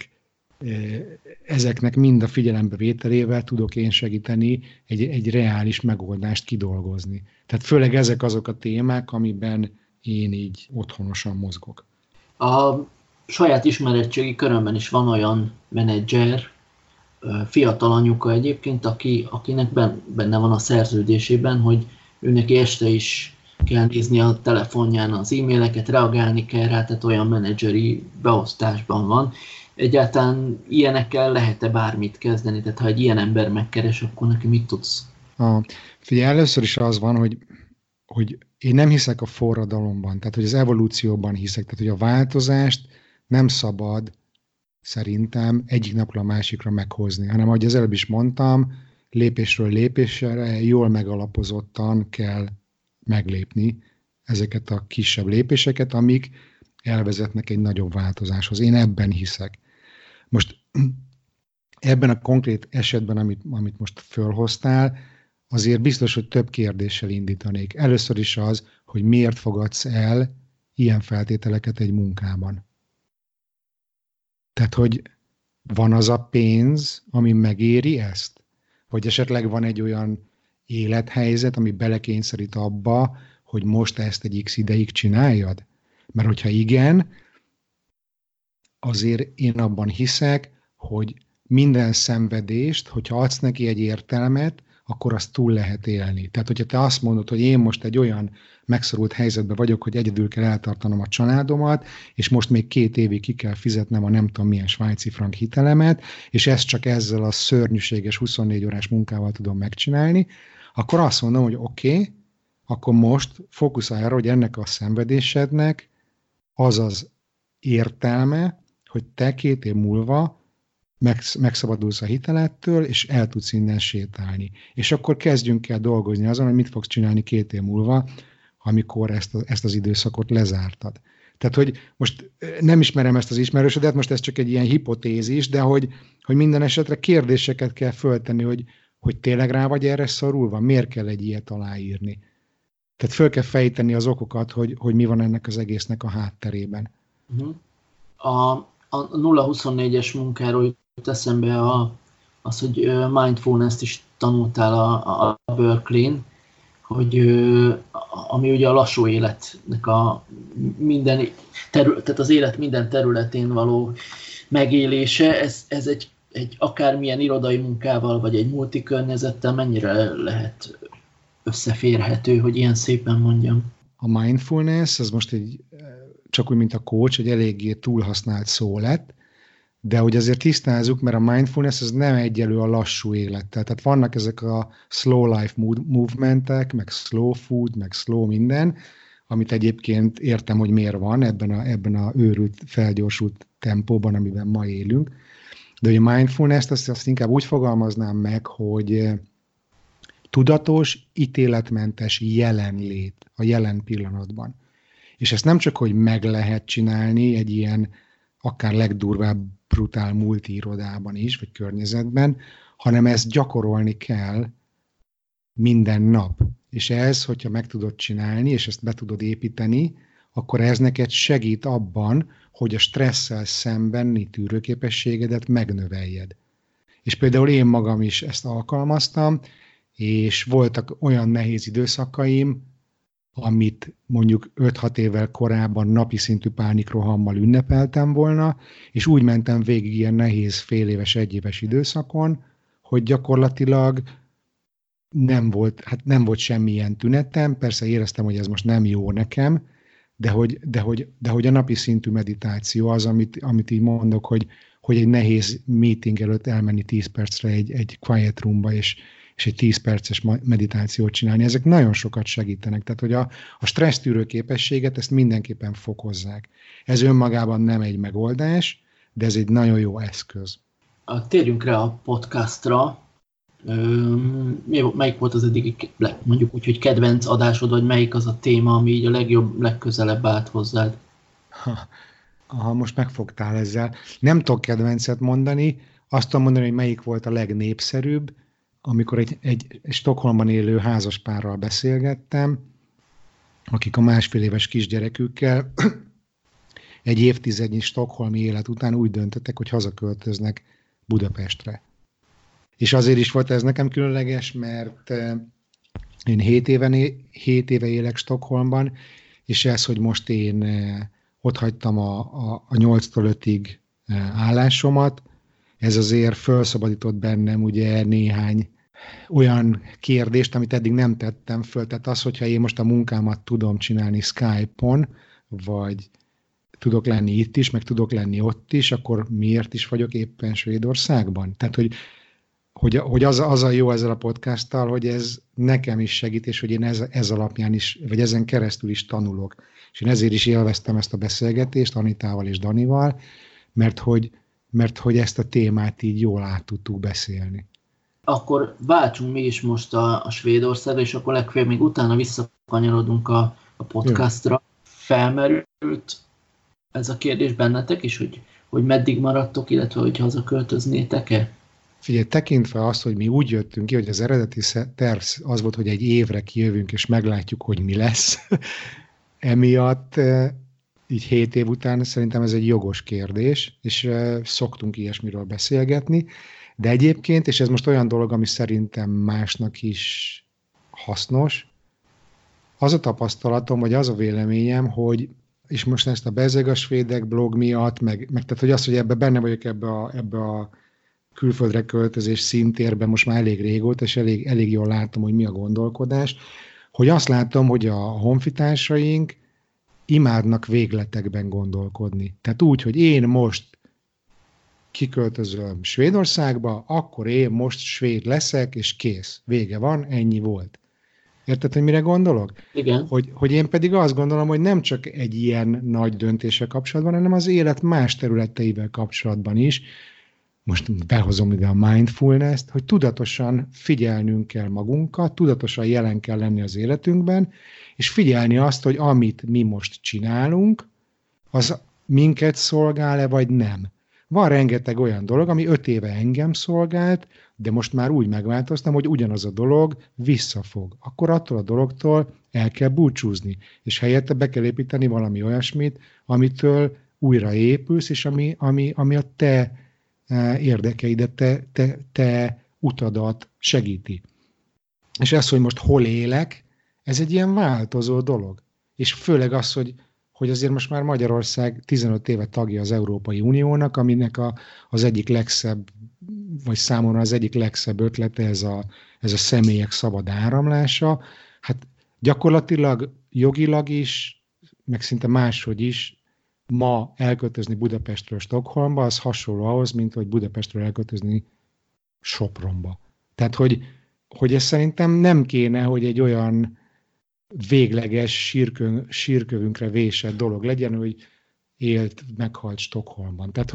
ezeknek mind a figyelembevételével tudok én segíteni egy reális megoldást kidolgozni. Tehát főleg ezek azok a témák, amiben én így otthonosan mozgok. A saját ismeretségi körömben is van olyan menedzser, fiatal anyuka egyébként, akinek benne van a szerződésében, hogy ő neki este is kell nézni a telefonján az e-maileket, reagálni kell rá, tehát olyan menedzseri beosztásban van. Egyáltalán ilyenekkel lehet-e bármit kezdeni? Tehát ha egy ilyen ember megkeres, akkor neki mit tudsz? Figyelj, először is az van, hogy én nem hiszek a forradalomban, tehát hogy az evolúcióban hiszek, tehát hogy a változást nem szabad szerintem egyik napról a másikra meghozni, hanem ahogy az előbb is mondtam, lépésről lépésre jól megalapozottan kell meglépni ezeket a kisebb lépéseket, amik elvezetnek egy nagyobb változáshoz. Én ebben hiszek. Most ebben a konkrét esetben, amit most fölhoztál, azért biztos, hogy több kérdéssel indítanék. Először is az, hogy miért fogadsz el ilyen feltételeket egy munkában. Tehát, hogy van az a pénz, ami megéri ezt? Vagy esetleg van egy olyan élethelyzet, ami belekényszerít abba, hogy most ezt egy x ideig csináljad? Mert hogyha igen, azért én abban hiszek, hogy minden szenvedést, hogyha adsz neki egy értelmet, akkor azt túl lehet élni. Tehát, hogyha te azt mondod, hogy én most egy olyan megszorult helyzetben vagyok, hogy egyedül kell eltartanom a családomat, és most még 2 évig ki kell fizetnem a nem tudom milyen svájci frank hitelemet, és ezt csak ezzel a szörnyűséges 24 órás munkával tudom megcsinálni, akkor azt mondom, hogy oké, akkor most fókuszálj arra, hogy ennek a szenvedésednek az az értelme, hogy te 2 év múlva megszabadulsz a hitelettől, és el tudsz innen sétálni. És akkor kezdjünk el dolgozni azon, hogy mit fogsz csinálni 2 év múlva, amikor ezt az időszakot lezártad. Tehát, hogy most nem ismerem ezt az ismerősödet, most ez csak egy ilyen hipotézis, de hogy minden esetre kérdéseket kell föltenni, hogy tényleg rá vagy erre szorulva, miért kell egy ilyet aláírni. Tehát föl kell fejteni az okokat, hogy mi van ennek az egésznek a hátterében. A 0-24-es munkáról jut eszembe az, hogy mindfulness-t is tanultál a Berkeley-n, hogy ami ugye a lassú életnek a minden tehát az élet minden területén való megélése, ez egy akármilyen irodai munkával, vagy egy multikörnyezettel mennyire lehet összeférhető, hogy ilyen szépen mondjam. A mindfulness, az most csak úgy, mint a coach, egy eléggé túlhasznált szó lett, de hogy azért tisztázzuk, mert a mindfulness az nem egyelő a lassú élettel. Tehát vannak ezek a slow life movementek, meg slow food, meg slow minden, amit egyébként értem, hogy miért van ebben a őrült, felgyorsult tempóban, amiben ma élünk. De hogy a mindfulness-t azt inkább úgy fogalmaznám meg, hogy tudatos, ítéletmentes jelenlét a jelen pillanatban. És ezt nem csak, hogy meg lehet csinálni egy ilyen akár legdurvább, brutál multiirodában is, vagy környezetben, hanem ezt gyakorolni kell minden nap. És ez, hogyha meg tudod csinálni, és ezt be tudod építeni, akkor ez neked segít abban, hogy a stresszel szembenni tűrőképességedet megnöveljed. És például én magam is ezt alkalmaztam, és voltak olyan nehéz időszakaim, amit mondjuk 5-6 évvel korábban napi szintű pánikrohammal ünnepeltem volna, és úgy mentem végig ilyen nehéz féléves, egyéves időszakon, hogy gyakorlatilag nem volt semmilyen tünetem, persze éreztem, hogy ez most nem jó nekem, de hogy a napi szintű meditáció az, amit így mondok, hogy egy nehéz meeting előtt elmenni 10 percre egy quiet roomba, és egy 10 perces meditációt csinálni. Ezek nagyon sokat segítenek. Tehát, hogy a stressztűrő képességet ezt mindenképpen fokozzák. Ez önmagában nem egy megoldás, de ez egy nagyon jó eszköz. Térjünk rá a podcastra. Melyik volt az eddigi, mondjuk úgy, hogy kedvenc adásod, vagy melyik az a téma, ami így a legjobb, legközelebb állt hozzád? Most megfogtál ezzel. Nem tudok kedvencet mondani, azt tudom mondani, hogy melyik volt a legnépszerűbb, amikor egy Stockholmban élő házaspárral beszélgettem, akik a 1,5 éves kisgyerekükkel egy évtizednyi stockholmi élet után úgy döntöttek, hogy hazaköltöznek Budapestre. És azért is volt ez nekem különleges, mert én 7 éve élek Stockholmban, és ez, hogy most én ott hagytam a 8-tól 5-ig állásomat, ez azért felszabadított bennem ugye néhány olyan kérdést, amit eddig nem tettem föl. Tehát az, hogyha én most a munkámat tudom csinálni Skype-on, vagy tudok lenni itt is, meg tudok lenni ott is, akkor miért is vagyok éppen Svédországban? Tehát, hogy az a jó ezzel a podcasttal, hogy ez nekem is segít, és hogy én ez alapján is, vagy ezen keresztül is tanulok. És én ezért is élveztem ezt a beszélgetést Anitával és Danival, mert hogy ezt a témát így jól át tudtuk beszélni. Akkor váltsunk mi is most a Svédországra, és akkor legfeljebb még utána visszakanyarodunk a podcastra. Felmerült ez a kérdés bennetek is, hogy meddig maradtok, illetve hogy hazaköltöznétek-e? Figyelj, tekintve azt, hogy mi úgy jöttünk ki, hogy az eredeti terv az volt, hogy egy évre kijövünk, és meglátjuk, hogy mi lesz. Emiatt így 7 év után szerintem ez egy jogos kérdés, és szoktunk ilyesmiről beszélgetni. De egyébként, és ez most olyan dolog, ami szerintem másnak is hasznos, az a tapasztalatom, vagy az a véleményem, hogy, és most ezt a Bezeg a svédek blog miatt, meg tehát, hogy az, hogy ebbe benne vagyok ebbe a külföldre költözés szintérben most már elég régóta, és elég jól látom, hogy mi a gondolkodás, hogy azt látom, hogy a honfitársaink imádnak végletekben gondolkodni. Tehát úgy, hogy én most kiköltözöm Svédországba, akkor én most svéd leszek, és kész. Vége van, ennyi volt. Érted, hogy mire gondolok? Igen. Hogy én pedig azt gondolom, hogy nem csak egy ilyen nagy döntéssel kapcsolatban, hanem az élet más területeivel kapcsolatban is, most behozom ide a mindfulness-t, hogy tudatosan figyelnünk kell magunkat, tudatosan jelen kell lenni az életünkben, és figyelni azt, hogy amit mi most csinálunk, az minket szolgál-e, vagy nem. Van rengeteg olyan dolog, ami 5 éve engem szolgált, de most már úgy megváltoztam, hogy ugyanaz a dolog visszafog. Akkor attól a dologtól el kell búcsúzni, és helyette be kell építeni valami olyasmit, amitől újra épülsz, és ami a te érdekeidet, te utadat segíti. És ez, hogy most hol élek, ez egy ilyen változó dolog. És főleg az, hogy azért most már Magyarország 15 éve tagja az Európai Uniónak, aminek az egyik legszebb, vagy számomra az egyik legszebb ötlete ez a személyek szabad áramlása. Hát gyakorlatilag jogilag is, meg szinte máshogy is, ma elköltözni Budapestről Stockholmba, az hasonló ahhoz, mint hogy Budapestről elköltözni Sopronba. Tehát, hogy ez szerintem nem kéne, hogy egy olyan végleges sírkövünkre vésett dolog legyen, hogy élt, meghalt Stockholmban. Tehát,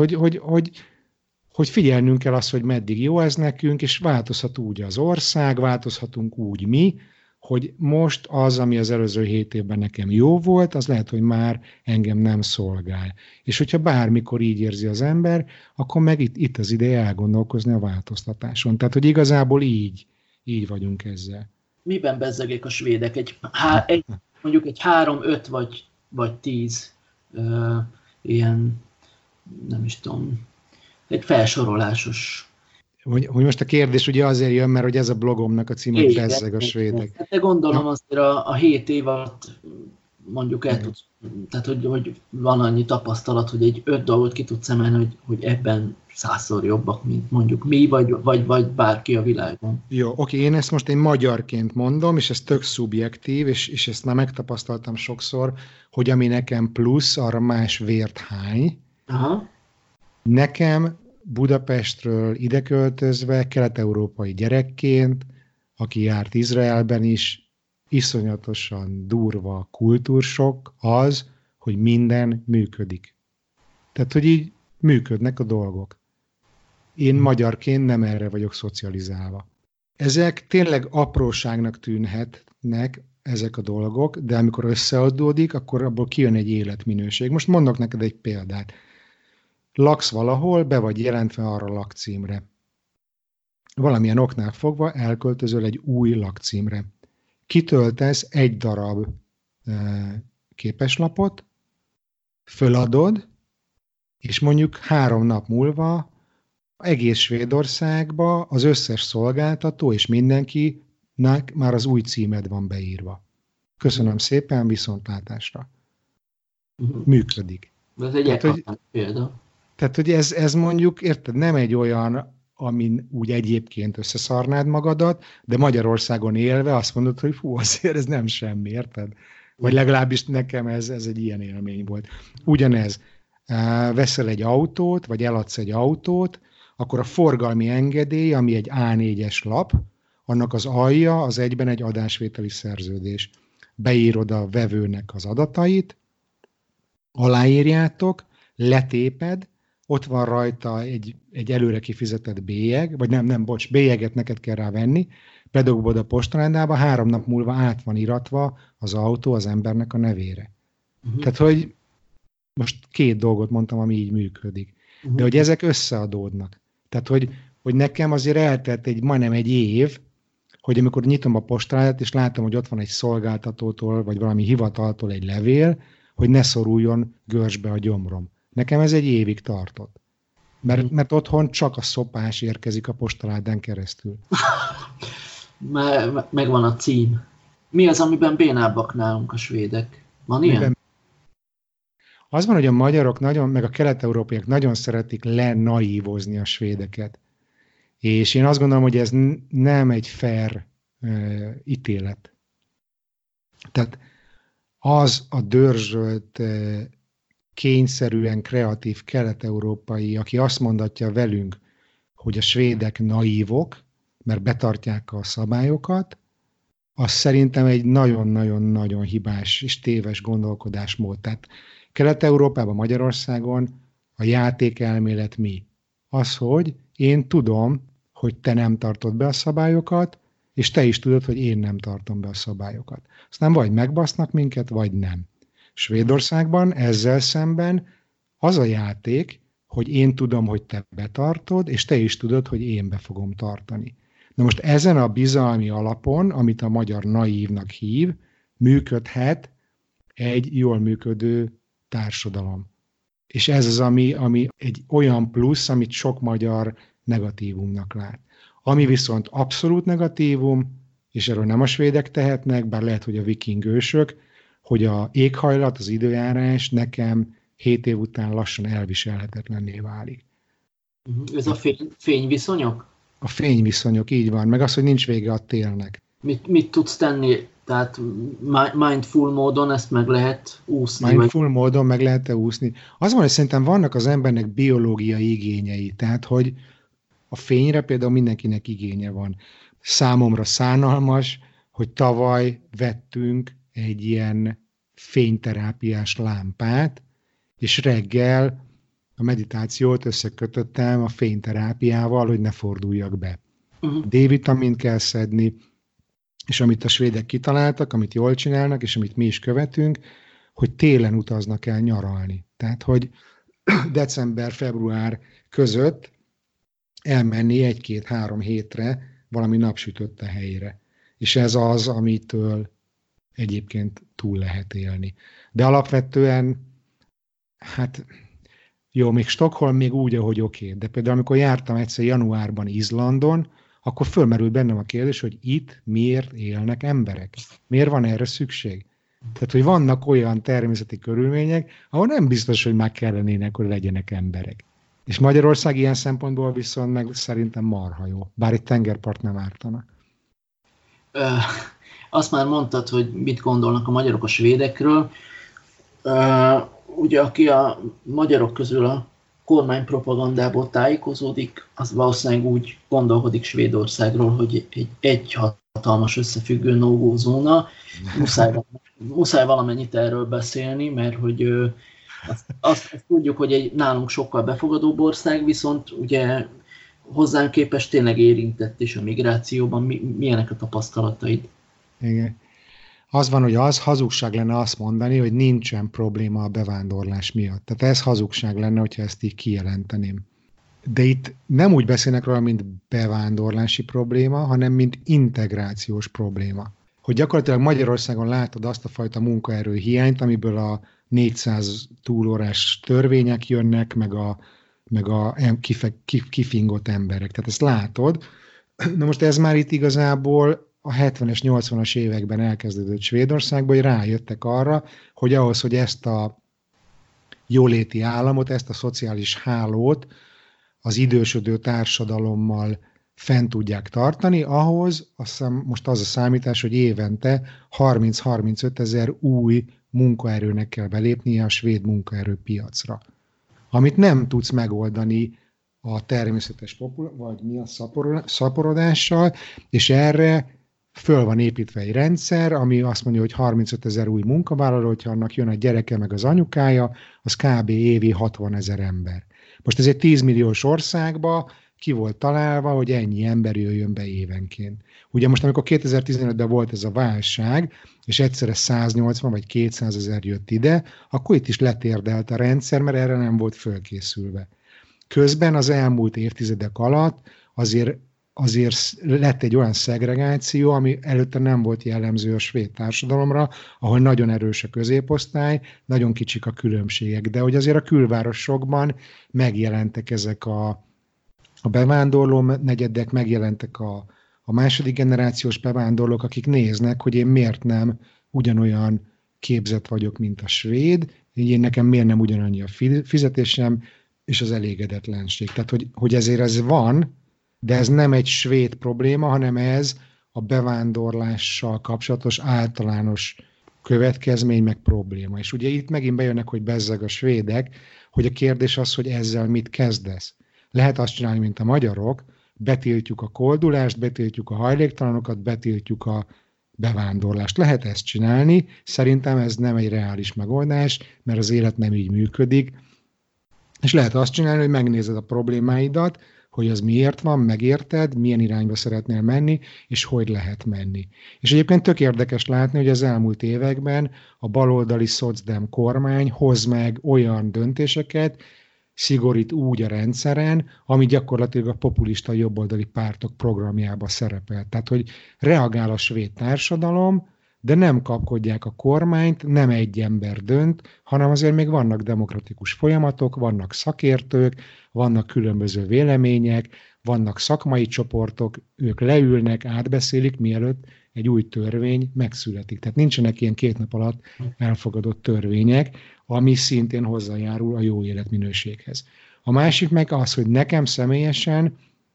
hogy figyelnünk kell azt, hogy meddig jó ez nekünk, és változhat úgy az ország, változhatunk úgy mi, hogy most az, ami az előző 7 évben nekem jó volt, az lehet, hogy már engem nem szolgál. És hogyha bármikor így érzi az ember, akkor meg itt az ideje elgondolkozni a változtatáson. Tehát, hogy igazából így vagyunk ezzel. Miben bezzegek a svédek? Mondjuk egy 3, 5 vagy 10 ilyen, nem is tudom, egy felsorolásos. hogy most a kérdés ugye azért jön, mert hogy ez a blogomnak a címe, hogy bezzeg a svédek. Hát de gondolom azért a 7 év alatt mondjuk el tudsz, tehát hogy van annyi tapasztalat, hogy egy 5 dolgot ki tudsz emelni, hogy ebben 100-szor jobbak, mint mondjuk mi, vagy bárki a világon. Jó, oké, én ezt most magyarként mondom, és ez tök szubjektív, és ezt már megtapasztaltam sokszor, hogy ami nekem plusz, arra más vért hány. Aha. Nekem Budapestről ide költözve, kelet-európai gyerekként, aki járt Izraelben is, iszonyatosan durva kultúrsok az, hogy minden működik. Tehát, hogy így működnek a dolgok. Én magyarként nem erre vagyok szocializálva. Ezek tényleg apróságnak tűnhetnek, ezek a dolgok, de amikor összeadódik, akkor abból kijön egy életminőség. Most mondok neked egy példát. Laksz valahol, be vagy jelentve arra a lakcímre. Valamilyen oknál fogva elköltözöl egy új lakcímre. Kitöltesz egy darab képeslapot, föladod, és mondjuk 3 nap múlva egész Svédországba az összes szolgáltató és mindenkinek már az új címed van beírva. Köszönöm szépen, viszontlátásra. Működik. Ez egy eklatás példa. Tehát, hogy ez mondjuk, érted, nem egy olyan, amin úgy egyébként összeszarnád magadat, de Magyarországon élve azt mondod, hogy fú, azért ez nem semmi, érted? Vagy legalábbis nekem ez egy ilyen élmény volt. Ugyanez, veszel egy autót, vagy eladsz egy autót, akkor a forgalmi engedély, ami egy A4-es lap, annak az alja az egyben egy adásvételi szerződés. Beírod a vevőnek az adatait, aláírjátok, letéped, ott van rajta egy előre kifizetett bélyeg, vagy nem, bélyeget neked kell rá venni, bedobod a postaládába, 3 nap múlva át van iratva az autó az embernek a nevére. Tehát, hogy most 2 dolgot mondtam, ami így működik. De hogy ezek összeadódnak. Tehát, hogy nekem azért eltelt majdnem egy év, hogy amikor nyitom a postaládát, és látom, hogy ott van egy szolgáltatótól, vagy valami hivataltól egy levél, hogy ne szoruljon görcsbe a gyomrom. Nekem ez egy évig tartott. Mert otthon csak a szopás érkezik a postaládán keresztül. Megvan a cím. Mi az, amiben bénábbak nálunk a svédek? Van ilyen? Az van, hogy a magyarok meg a kelet-európaiak nagyon szeretik lenaívozni a svédeket. És én azt gondolom, hogy ez nem egy fair ítélet. Tehát az a dörzsölt, kényszerűen kreatív kelet-európai, aki azt mondatja velünk, hogy a svédek naívok, mert betartják a szabályokat, az szerintem egy nagyon-nagyon-nagyon hibás és téves gondolkodásmód. Tehát Kelet-Európában, Magyarországon a játékelmélet mi? Az, hogy én tudom, hogy te nem tartod be a szabályokat, és te is tudod, hogy én nem tartom be a szabályokat. Aztán vagy megbasznak minket, vagy nem. Svédországban ezzel szemben az a játék, hogy én tudom, hogy te betartod, és te is tudod, hogy én be fogom tartani. Na most ezen a bizalmi alapon, amit a magyar naívnak hív, működhet egy jól működő társadalom. És ez az, ami egy olyan plusz, amit sok magyar negatívumnak lát. Ami viszont abszolút negatívum, és erről nem a svédek tehetnek, bár lehet, hogy a viking ősök, hogy a éghajlat, az időjárás nekem 7 év után lassan elviselhetetlenné válik. Ez a fényviszonyok? A fényviszonyok, így van, meg az, hogy nincs vége a télnek. Mit tudsz tenni? Tehát mindful módon ezt meg lehet úszni? Mindful módon meg lehet-e úszni? Az van, hogy szerintem vannak az embernek biológiai igényei, tehát hogy a fényre például mindenkinek igénye van. Számomra szánalmas, hogy tavaly vettünk egy ilyen fényterápiás lámpát, és reggel a meditációt összekötöttem a fényterápiával, hogy ne forduljak be. D-vitamint kell szedni, és amit a svédek kitaláltak, amit jól csinálnak, és amit mi is követünk, hogy télen utaznak el nyaralni. Tehát, hogy december-február között elmenni 1-2-3 hétre valami napsütötte helyre. És ez az, amitől egyébként túl lehet élni. De alapvetően, hát Jó, még Stockholm még úgy, ahogy oké. De például amikor jártam egyszer januárban Izlandon, akkor fölmerült bennem a kérdés, hogy itt miért élnek emberek? Miért van erre szükség? Tehát, hogy vannak olyan természeti körülmények, ahol nem biztos, hogy meg kellenének, hogy legyenek emberek. És Magyarország ilyen szempontból viszont meg szerintem marha jó. Bár itt tengerpart nem ártana. Azt már mondtad, hogy mit gondolnak a magyarok a svédekről. Ugye, aki a magyarok közül a kormánypropagandából tájékozódik, az valószínűleg úgy gondolkodik Svédországról, hogy egy hatalmas összefüggő no-go zóna. Muszáj valamennyit erről beszélni, mert hogy azt tudjuk, hogy nálunk sokkal befogadóbb ország, viszont ugye hozzánk képest tényleg érintett, és a migrációban milyenek a tapasztalataid? Igen. Az van, hogy az hazugság lenne azt mondani, hogy nincsen probléma a bevándorlás miatt. Tehát ez hazugság lenne, hogyha ezt így kijelenteném. De itt nem úgy beszélnek róla, mint bevándorlási probléma, hanem mint integrációs probléma. Hogy gyakorlatilag Magyarországon látod azt a fajta munkaerő hiányt, amiből a 400 túlórás törvények jönnek, meg a kifingott emberek. Tehát ezt látod. Na most ez már itt igazából a 70-es, 80-as években elkezdődött Svédországban, hogy rájöttek arra, hogy ahhoz, hogy ezt a jóléti államot, ezt a szociális hálót az idősödő társadalommal fent tudják tartani, ahhoz most az a számítás, hogy évente 30-35 ezer új munkaerőnek kell belépnie a svéd munkaerőpiacra. Amit nem tudsz megoldani a természetes vagy mi a szaporodással, és erre föl van építve egy rendszer, ami azt mondja, hogy 35 ezer új munkavállaló, hogyha annak jön a gyereke meg az anyukája, az kb. Évi 60 ezer ember. Most ez egy 10 milliós országba ki volt találva, hogy ennyi ember jöjjön be évenként. Ugye most, amikor 2015-ben volt ez a válság, és egyszerre 180 vagy 200 ezer jött ide, akkor itt is letérdelt a rendszer, mert erre nem volt fölkészülve. Közben az elmúlt évtizedek alatt azért lett egy olyan szegregáció, ami előtte nem volt jellemző a svéd társadalomra, ahol nagyon erős a középosztály, nagyon kicsik a különbségek, de hogy azért a külvárosokban megjelentek ezek a bevándorló negyedek, megjelentek a második generációs bevándorlók, akik néznek, hogy én miért nem ugyanolyan képzett vagyok, mint a svéd, én nekem miért nem ugyanannyi a fizetésem, és az elégedetlenség. Tehát, hogy ezért ez van, de ez nem egy svéd probléma, hanem ez a bevándorlással kapcsolatos általános következmény, meg probléma. És ugye itt megint bejönnek, hogy bezzeg a svédek, hogy a kérdés az, hogy ezzel mit kezdesz. Lehet azt csinálni, mint a magyarok, betiltjuk a koldulást, betiltjuk a hajléktalanokat, betiltjuk a bevándorlást. Lehet ezt csinálni, szerintem ez nem egy reális megoldás, mert az élet nem így működik. És lehet azt csinálni, hogy megnézed a problémáidat, hogy az miért van, megérted, milyen irányba szeretnél menni, és hogy lehet menni. És egyébként tök érdekes látni, hogy az elmúlt években a baloldali szocdem kormány hoz meg olyan döntéseket, szigorít úgy a rendszeren, ami gyakorlatilag a populista jobboldali pártok programjába szerepel. Tehát, hogy reagál a svéd társadalom, de nem kapkodják a kormányt, nem egy ember dönt, hanem azért még vannak demokratikus folyamatok, vannak szakértők, vannak különböző vélemények, vannak szakmai csoportok, ők leülnek, átbeszélik, mielőtt egy új törvény megszületik. Tehát nincsenek ilyen 2 nap alatt elfogadott törvények, ami szintén hozzájárul a jó életminőséghez. A másik meg az, hogy nekem személyesen,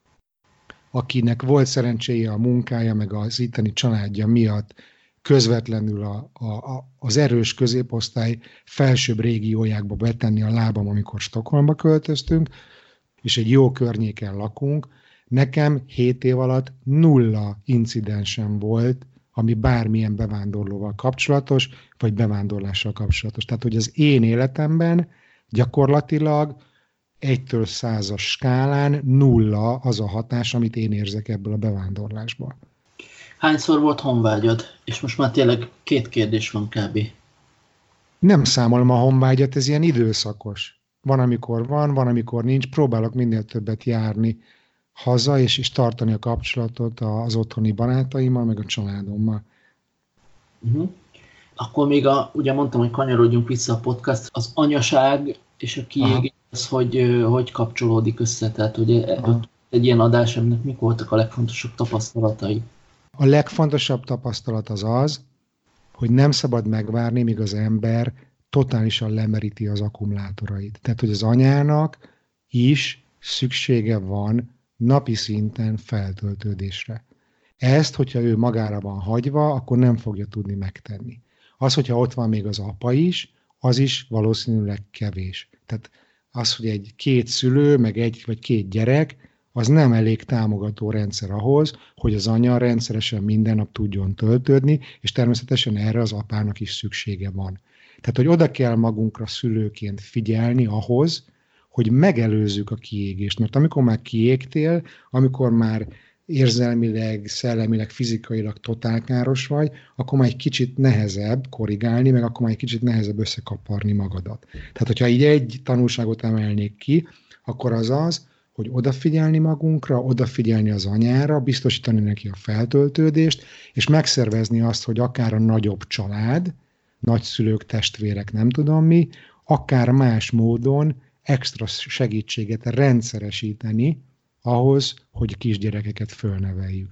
akinek volt szerencséje a munkája, meg az itteni családja miatt közvetlenül az erős középosztály felsőbb régiójákba betenni a lábam, amikor Stockholmba költöztünk, és egy jó környéken lakunk, nekem 7 év alatt 0 incidensem volt, ami bármilyen bevándorlóval kapcsolatos, vagy bevándorlással kapcsolatos. Tehát, hogy az én életemben gyakorlatilag 1-től 100-as skálán 0 az a hatás, amit én érzek ebből a bevándorlásból. Hányszor volt honvágyad? És most már tényleg 2 kérdés van kb. Nem számolom a honvágyat, ez ilyen időszakos. Van, amikor van, van, amikor nincs. Próbálok minél többet járni haza, és tartani a kapcsolatot az otthoni barátaimmal, meg a családommal. Akkor még ugye mondtam, hogy kanyarodjunk vissza a podcast. Az anyaság És a kiégés az, hogy kapcsolódik össze? Tehát, hogy egy ilyen adás, ennek mik voltak a legfontosabb tapasztalatai? A legfontosabb tapasztalat az, hogy nem szabad megvárni, míg az ember totálisan lemeríti az akkumulátorait. Tehát, hogy az anyának is szüksége van napi szinten feltöltődésre. Ezt, hogyha ő magára van hagyva, akkor nem fogja tudni megtenni. Az, hogyha ott van még az apa is, az is valószínűleg kevés. Tehát az, hogy két szülő, meg egy vagy két gyerek, az nem elég támogató rendszer ahhoz, hogy az anya rendszeresen minden nap tudjon töltődni, és természetesen erre az apának is szüksége van. Tehát, hogy oda kell magunkra szülőként figyelni ahhoz, hogy megelőzzük a kiégést. Mert amikor már kiégtél, amikor már érzelmileg, szellemileg, fizikailag totálkáros vagy, akkor már egy kicsit nehezebb korrigálni, meg akkor már egy kicsit nehezebb összekaparni magadat. Tehát, hogyha így egy tanulságot emelnék ki, akkor az, hogy odafigyelni magunkra, odafigyelni az anyára, biztosítani neki a feltöltődést, és megszervezni azt, hogy akár a nagyobb család, nagyszülők, testvérek, nem tudom mi, akár más módon extra segítséget rendszeresíteni ahhoz, hogy kisgyerekeket fölneveljük.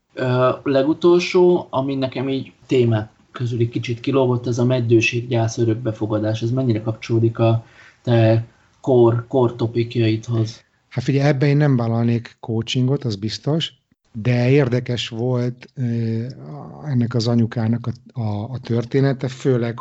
Legutolsó, ami nekem így témák közül egy kicsit kilógott, ez a meddőséggyász örökbefogadás. Ez mennyire kapcsolódik a te core topikjaidhoz? Hát figyelj, ebben én nem vállalnék coachingot, az biztos, de érdekes volt ennek az anyukának a története, főleg,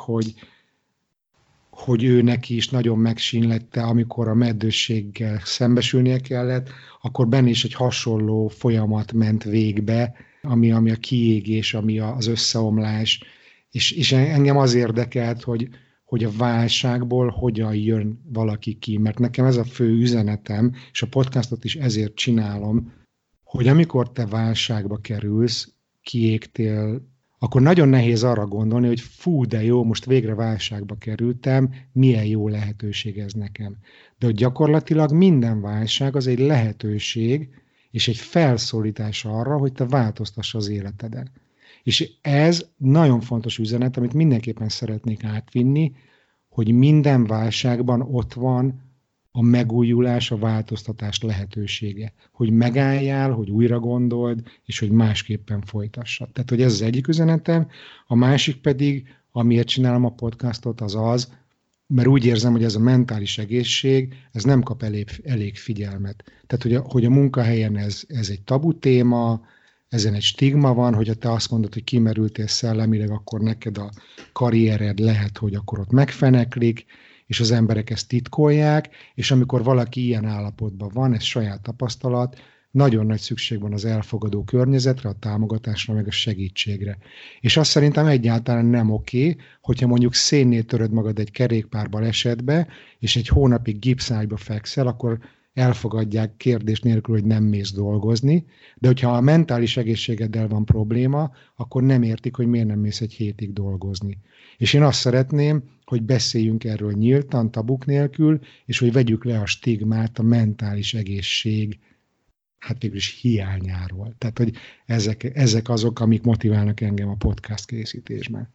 hogy ő neki is nagyon megsínlette, amikor a meddősséggel szembesülnie kellett, akkor benne is egy hasonló folyamat ment végbe, ami a kiégés, ami az összeomlás, és engem az érdekelt, hogy a válságból hogyan jön valaki ki, mert nekem ez a fő üzenetem, és a podcastot is ezért csinálom, hogy amikor te válságba kerülsz, kiégtél, akkor nagyon nehéz arra gondolni, hogy fú, de jó, most végre válságba kerültem, milyen jó lehetőség ez nekem. De hogy gyakorlatilag minden válság az egy lehetőség, és egy felszólítás arra, hogy te változtass az életeden. És ez nagyon fontos üzenet, amit mindenképpen szeretnék átvinni, hogy minden válságban ott van a megújulás, a változtatás lehetősége. Hogy megálljál, hogy újra gondold, és hogy másképpen folytassad. Tehát, hogy ez az egyik üzenetem, a másik pedig, amiért csinálom a podcastot, az, mert úgy érzem, hogy ez a mentális egészség, ez nem kap elég figyelmet. Tehát, hogy a munkahelyen ez egy tabu téma, ezen egy stigma van, hogyha te azt mondod, hogy kimerültél szellemileg, akkor neked a karriered lehet, hogy akkor ott megfeneklik, és az emberek ezt titkolják, és amikor valaki ilyen állapotban van, ez saját tapasztalat, nagyon nagy szükség van az elfogadó környezetre, a támogatásra, meg a segítségre. És azt szerintem egyáltalán nem oké, hogyha mondjuk szénné töröd magad egy kerékpárbalesetbe, és egy hónapig gipszágyba fekszel, akkor elfogadják kérdés nélkül, hogy nem mész dolgozni, de hogyha a mentális egészségeddel van probléma, akkor nem értik, hogy miért nem mész egy hétig dolgozni. És én azt szeretném, hogy beszéljünk erről nyíltan, tabuk nélkül, és hogy vegyük le a stigmát a mentális egészség, hát végülis hiányáról. Tehát, hogy ezek azok, amik motiválnak engem a podcast készítésben.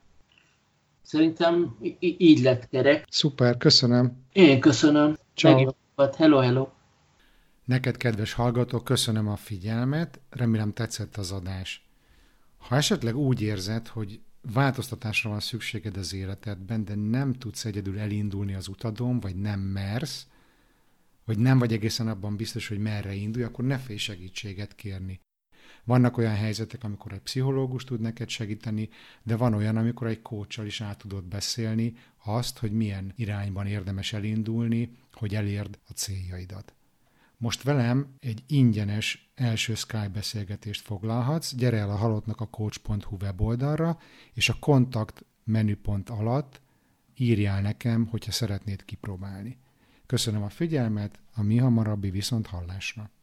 Szerintem így lett kerek. Szuper, köszönöm. Én köszönöm. Ciao. Hello, hello. Neked, kedves hallgató, köszönöm a figyelmet, remélem tetszett az adás. Ha esetleg úgy érzed, hogy változtatásra van szükséged az életedben, de nem tudsz egyedül elindulni az utadon, vagy nem mersz, vagy nem vagy egészen abban biztos, hogy merre indulj, akkor ne félj segítséget kérni. Vannak olyan helyzetek, amikor egy pszichológus tud neked segíteni, de van olyan, amikor egy coachal is át tudod beszélni azt, hogy milyen irányban érdemes elindulni, hogy elérd a céljaidat. Most velem egy ingyenes első Skype beszélgetést foglalhatsz, gyere el a halottnak a coach.hu weboldalra, és a kontakt menüpont alatt írjál nekem, hogyha szeretnéd kipróbálni. Köszönöm a figyelmet, a mi hamarabbi viszonthallásra.